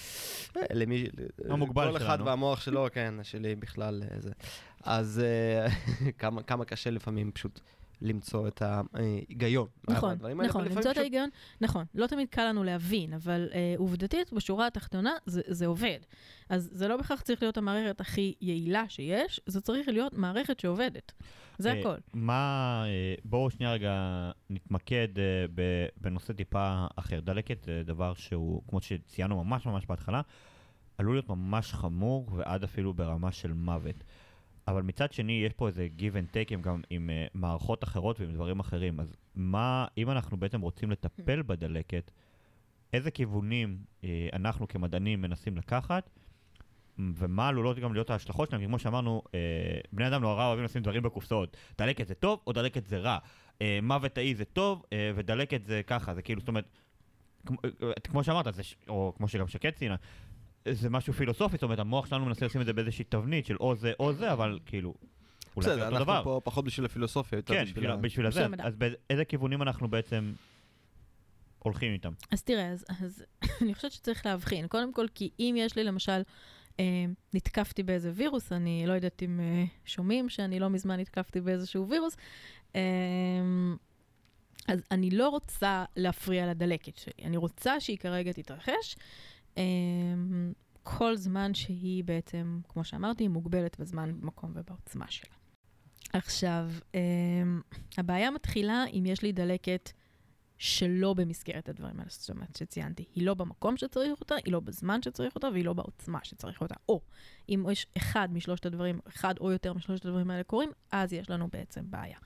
למי... המוגבל כל אחד שלנו. והמוח שלו, כן, שלי בכלל זה. אז כמה, כמה קשה לפעמים פשוט למצוא את ההיגיון. נכון, נכון, למצוא את ההיגיון, נכון. לא תמיד קל לנו להבין, אבל עובדתית, בשורה התחתונה, זה עובד. אז זה לא בכך צריך להיות המערכת הכי יעילה שיש, זה צריך להיות מערכת שעובדת. זה הכל. מה, בואו שנייה רגע נתמקד בנושא טיפה אחר. דלקת זה דבר שהוא, כמו שציינו ממש ממש בהתחלה, עלול להיות ממש חמור ועד אפילו ברמה של מוות. אבל מצד שני יש פה איזה give and take עם, גם עם uh, מערכות אחרות ועם דברים אחרים. אז מה, אם אנחנו בעצם רוצים לטפל בדלקת, איזה כיוונים uh, אנחנו כמדענים מנסים לקחת, ומה עלולות גם להיות ההשלכות שלהם? כי כמו שאמרנו, uh, בני אדם נורא אוהבים לשים דברים בקופסאות. דלקת זה טוב או דלקת זה רע. Uh, מוות תאי זה טוב uh, ודלקת זה ככה. זה כאילו, זאת אומרת, כמו, uh, כמו שאמרת, זה, או כמו שגם שקט ציינה, זה משהו פילוסופי, זאת אומרת, המוח שלנו מנסה לשים את זה באיזושהי תבנית של או זה או זה, אבל כאילו, אולי זה אותו דבר. אנחנו פה פחות בשביל הפילוסופיה, יותר בשביל... כן, בשביל זה. אז באיזה כיוונים אנחנו בעצם הולכים איתם? אז תראה, אז אני חושבת שצריך להבחין. קודם כל, כי אם יש לי למשל, נתקפתי באיזה וירוס, אני לא יודעת אם שומעים שאני לא מזמן נתקפתי באיזשהו וירוס, אז אני לא רוצה להפריע לדלקת שלי. אני רוצה שהיא כרגע תתרחש, כל זמן שהיא בעצם, כמו שאמרתי, מוגבלת בזמן, במקום ובעוצמה שלה. עכשיו, הבעיה מתחילה אם יש לי דלקת שלא במסגרת הדברים האלה, זאת אומרת שציינתי. היא לא במקום שצריך אותה, היא לא בזמן שצריך אותה, והיא לא בעוצמה שצריך אותה. או, אם יש אחד משלושת הדברים, אחד או יותר משלושת הדברים האלה קורים, אז יש לנו בעצם בעיה.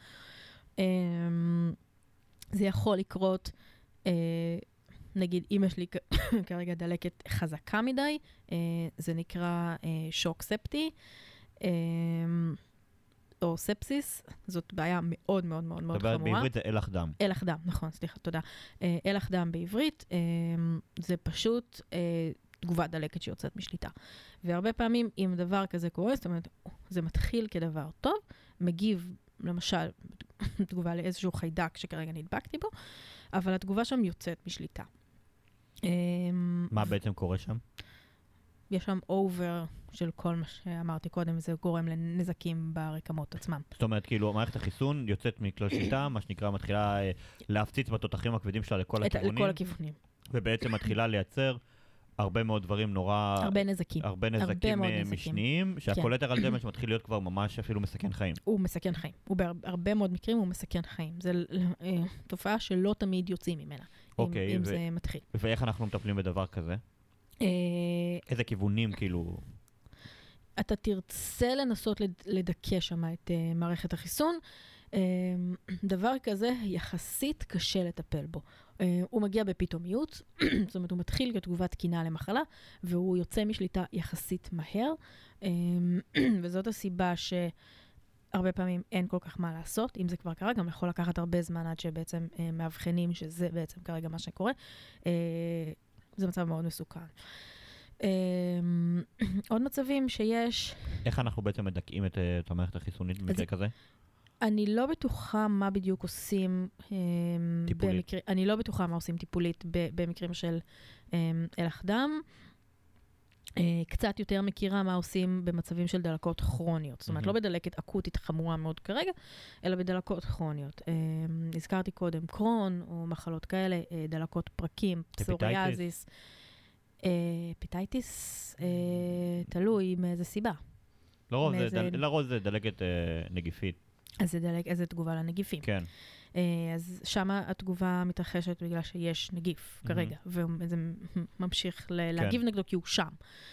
זה יכול לקרות... נגיד, אם יש לי כרגע דלקת חזקה מדי, אה, זה נקרא אה, שוק ספטי, אה, או ספסיס, זאת בעיה מאוד מאוד מאוד מאוד חמורה. בעברית זה אלח דם. אלח דם, נכון, סליחה, תודה. אה, אלח דם בעברית, אה, זה פשוט אה, תגובת דלקת שיוצאת משליטה. והרבה פעמים, אם דבר כזה קורה, זאת אומרת, זה מתחיל כדבר טוב, מגיב, למשל, תגובה לאיזשהו חיידק שכרגע נדבקתי בו, אבל התגובה שם יוצאת משליטה. מה בעצם קורה שם? יש שם אובר של כל מה שאמרתי קודם, זה גורם לנזקים ברקמות עצמם. זאת אומרת, כאילו, מערכת החיסון יוצאת מכלל שליטה, מה שנקרא, מתחילה להפציץ בתותחים הכבדים שלה לכל הכיוונים. לכל הכיוונים. ובעצם מתחילה לייצר הרבה מאוד דברים נורא... הרבה נזקים. הרבה נזקים משניים, שהקולטרל דמג' מתחיל להיות כבר ממש אפילו מסכן חיים. הוא מסכן חיים. הוא בהרבה מאוד מקרים הוא מסכן חיים. זו תופעה שלא תמיד יוצאים ממנה, אם זה מתחיל. ואיך אנחנו מטפלים בדבר כזה? איזה כיוונים, כאילו... אתה תרצה לנסות לדכא שם את מערכת החיסון. דבר כזה יחסית קשה לטפל בו. הוא מגיע בפתאומיות, זאת אומרת, הוא מתחיל כתגובת תקינה למחלה, והוא יוצא משליטה יחסית מהר, וזאת הסיבה שהרבה פעמים אין כל כך מה לעשות. אם זה כבר קרה, גם יכול לקחת הרבה זמן עד שבעצם מאבחנים שזה בעצם כרגע מה שקורה. זה מצב מאוד מסוכן. עוד מצבים שיש... איך אנחנו בעצם מדכאים את המערכת החיסונית במקרה כזה? אני לא בטוחה מה בדיוק עושים... טיפולית. במקרה, אני לא בטוחה מה עושים טיפולית במקרים של אלח דם. קצת יותר מכירה מה עושים במצבים של דלקות כרוניות. זאת אומרת, לא בדלקת אקוטית חמורה מאוד כרגע, אלא בדלקות כרוניות. הזכרתי קודם קרון, או מחלות כאלה, דלקות פרקים, פסוריאזיס. הפיטייטיס, תלוי מאיזה סיבה. לרוב זה דלקת נגיפית. אז זה תגובה לנגיפים. כן. אז שם התגובה מתרחשת בגלל שיש נגיף כרגע, וזה ממשיך להגיב נגדו כי הוא שם.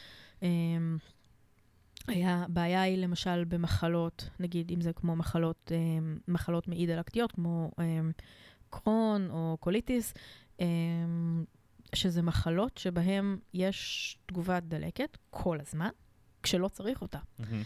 הבעיה היא למשל במחלות, נגיד אם זה כמו מחלות, מחלות מעי דלקתיות, כמו קרון או קוליטיס, שזה מחלות שבהן יש תגובת דלקת כל הזמן, כשלא צריך אותה.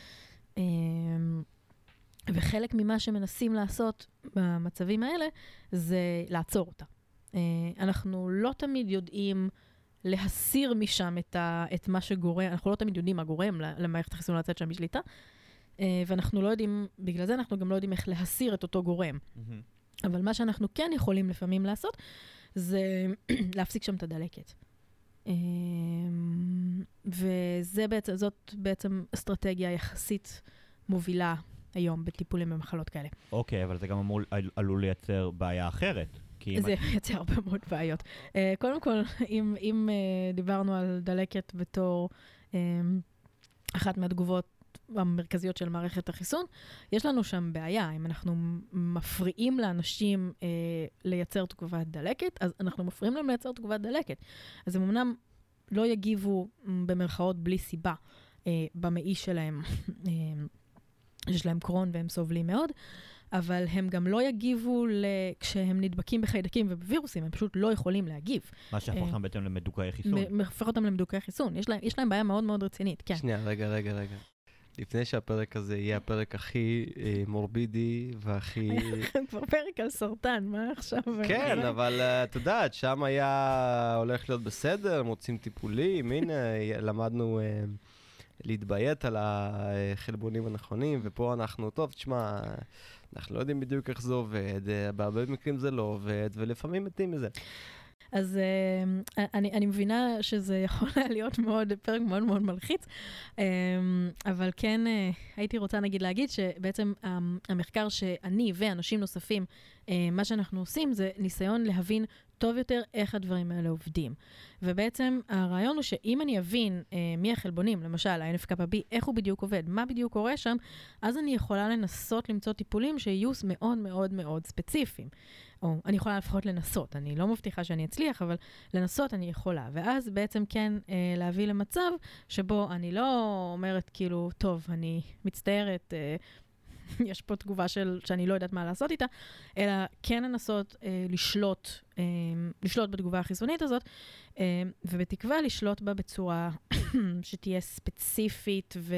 וחלק ממה שמנסים לעשות במצבים האלה, זה לעצור אותה. אנחנו לא תמיד יודעים להסיר משם את, ה, את מה שגורם, אנחנו לא תמיד יודעים מה גורם למערכת החיסון לצאת שם בשליטה, ואנחנו לא יודעים, בגלל זה אנחנו גם לא יודעים איך להסיר את אותו גורם. אבל מה שאנחנו כן יכולים לפעמים לעשות, זה להפסיק שם את הדלקת. וזה בעצם, זאת בעצם אסטרטגיה יחסית מובילה היום בטיפולים במחלות כאלה. אוקיי, אבל זה גם אמור, עלול לייצר בעיה אחרת. זה יוצא הרבה מאוד בעיות. Uh, קודם כל, אם, אם uh, דיברנו על דלקת בתור um, אחת מהתגובות המרכזיות של מערכת החיסון, יש לנו שם בעיה. אם אנחנו מפריעים לאנשים uh, לייצר תגובת דלקת, אז אנחנו מפריעים להם לייצר תגובת דלקת. אז הם אמנם לא יגיבו במרכאות בלי סיבה uh, במעי שלהם, uh, יש להם קרון והם סובלים מאוד, אבל הם גם לא יגיבו כשהם נדבקים בחיידקים ובווירוסים, הם פשוט לא יכולים להגיב. מה שהפך אותם בעצם למדוכאי חיסון. הפך אותם למדוכאי חיסון. יש להם, יש להם בעיה מאוד מאוד רצינית, כן. שנייה, רגע, רגע, רגע. לפני שהפרק הזה יהיה הפרק הכי אה, מורבידי והכי... כבר פרק על סרטן, מה עכשיו? כן, אבל את יודעת, שם היה הולך להיות בסדר, מוצאים טיפולים, הנה, למדנו... אה, להתביית על החלבונים הנכונים, ופה אנחנו, טוב, תשמע, אנחנו לא יודעים בדיוק איך זה עובד, בהרבה מקרים זה לא עובד, ולפעמים מתים מזה. אז uh, אני, אני מבינה שזה יכול להיות מאוד, פרק מאוד מאוד מלחיץ, um, אבל כן uh, הייתי רוצה נגיד להגיד שבעצם um, המחקר שאני ואנשים נוספים, uh, מה שאנחנו עושים זה ניסיון להבין טוב יותר איך הדברים האלה עובדים. ובעצם הרעיון הוא שאם אני אבין uh, מי החלבונים, למשל ה-אן אף קאפ בי, איך הוא בדיוק עובד, מה בדיוק קורה שם, אז אני יכולה לנסות למצוא טיפולים שיהיו מאוד מאוד מאוד ספציפיים. או אני יכולה לפחות לנסות, אני לא מבטיחה שאני אצליח, אבל לנסות אני יכולה. ואז בעצם כן אה, להביא למצב שבו אני לא אומרת כאילו, טוב, אני מצטערת, אה, יש פה תגובה של, שאני לא יודעת מה לעשות איתה, אלא כן לנסות אה, לשלוט, אה, לשלוט בתגובה החיסונית הזאת, אה, ובתקווה לשלוט בה בצורה שתהיה ספציפית ו...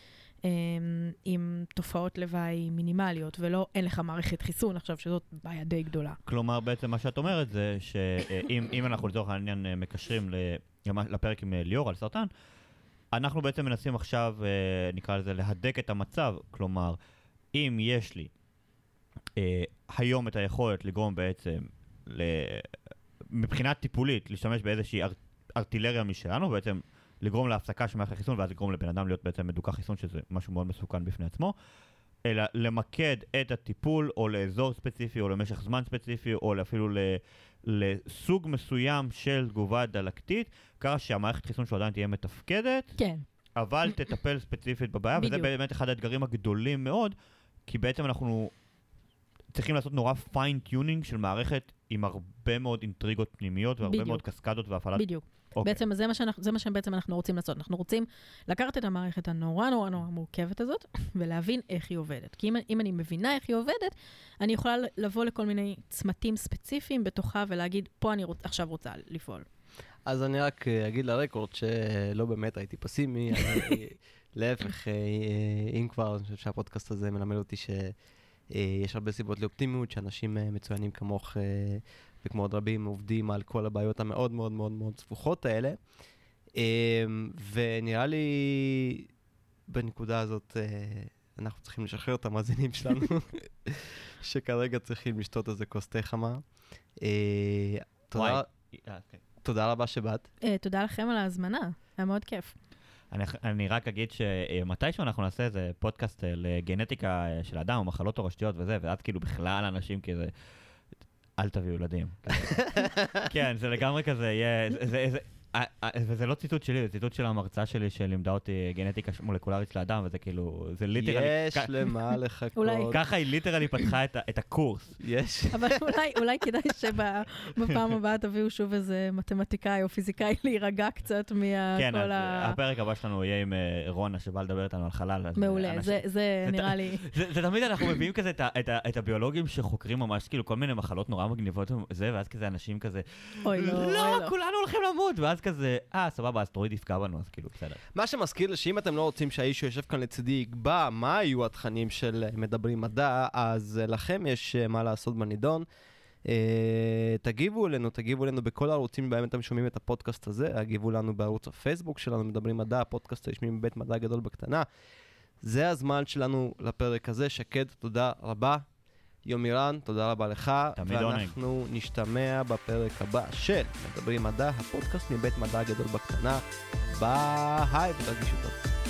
עם תופעות לוואי מינימליות, ולא אין לך מערכת חיסון עכשיו, שזאת בעיה די גדולה. כלומר, בעצם מה שאת אומרת זה שאם אנחנו לצורך העניין מקשרים לפרק עם ליאור על סרטן, אנחנו בעצם מנסים עכשיו, נקרא לזה, להדק את המצב. כלומר, אם יש לי היום את היכולת לגרום בעצם, מבחינה טיפולית, להשתמש באיזושהי ארטילריה משלנו, בעצם לגרום להפסקה של מערכת החיסון, ואז לגרום לבן אדם להיות בעצם מדוכא חיסון, שזה משהו מאוד מסוכן בפני עצמו, אלא למקד את הטיפול, או לאזור ספציפי, או למשך זמן ספציפי, או אפילו לסוג מסוים של תגובה דלקתית, ככה שהמערכת חיסון שלו עדיין תהיה מתפקדת, כן. אבל תטפל ספציפית בבעיה, וזה באמת אחד האתגרים הגדולים מאוד, כי בעצם אנחנו צריכים לעשות נורא פיין-טיונינג של מערכת עם הרבה מאוד אינטריגות פנימיות, והרבה בדיוק. מאוד קסקדות והפעלת... בדיוק. Okay. בעצם זה מה שאנחנו, זה מה שבעצם אנחנו רוצים לעשות. אנחנו רוצים לקחת את המערכת הנורא נורא נורא מורכבת הזאת, ולהבין איך היא עובדת. כי אם, אם אני מבינה איך היא עובדת, אני יכולה לבוא לכל מיני צמתים ספציפיים בתוכה, ולהגיד, פה אני רוצ, עכשיו רוצה לפעול. אז אני רק אגיד לרקורד שלא באמת הייתי פסימי, להפך, אם כבר, אני חושב שהפודקאסט הזה מלמד אותי שיש הרבה סיבות לאופטימיות, שאנשים מצוינים כמוך וכמו עוד רבים עובדים על כל הבעיות המאוד מאוד מאוד מאוד ספוכות האלה. ונראה לי בנקודה הזאת אנחנו צריכים לשחרר את המאזינים שלנו, שכרגע צריכים לשתות איזה כוס תה חמה. תודה רבה שבאת. תודה לכם על ההזמנה, היה מאוד כיף. אני, אני רק אגיד שמתישהו אנחנו נעשה איזה פודקאסט לגנטיקה של אדם, או מחלות תורשתיות וזה, ואז כאילו בכלל אנשים כזה, אל תביאו ילדים. כן, זה לגמרי כזה, יהיה, זה, זה, וזה לא ציטוט שלי, זה ציטוט של המרצה שלי שלימדה אותי גנטיקה מולקולרית של האדם, וזה כאילו, זה ליטרלי... יש למה לחכות. ככה היא ליטרלי פתחה את הקורס. יש. אבל אולי כדאי שבפעם הבאה תביאו שוב איזה מתמטיקאי או פיזיקאי להירגע קצת מכל ה... כן, אז הפרק הבא שלנו יהיה עם רונה שבא לדבר איתנו על חלל. מעולה, זה נראה לי... זה תמיד אנחנו מביאים כזה את הביולוגים שחוקרים ממש, כאילו כל מיני מחלות נורא מגניבות וזה, ואז כזה אנשים כזה, לא, כולנו הולכים למות, ואז כזה, אה, סבבה, אסטרואיד יפגע בנו, אז כאילו, בסדר. מה שמזכיר לי שאם אתם לא רוצים שהאיש שיושב כאן לצידי יקבע מה היו התכנים של מדברים מדע, אז לכם יש מה לעשות בנידון. תגיבו אלינו, תגיבו אלינו בכל הערוצים בהם אתם שומעים את הפודקאסט הזה, תגיבו לנו בערוץ הפייסבוק שלנו, מדברים מדע, הפודקאסט הרשמי מבית מדע גדול בקטנה. זה הזמן שלנו לפרק הזה. שקד, תודה רבה. יומירן, תודה רבה לך. תמיד עונג. ואנחנו נשתמע בפרק הבא של מדברים מדע, הפודקאסט מבית מדע גדול בקטנה. ביי, ותרגישו טוב.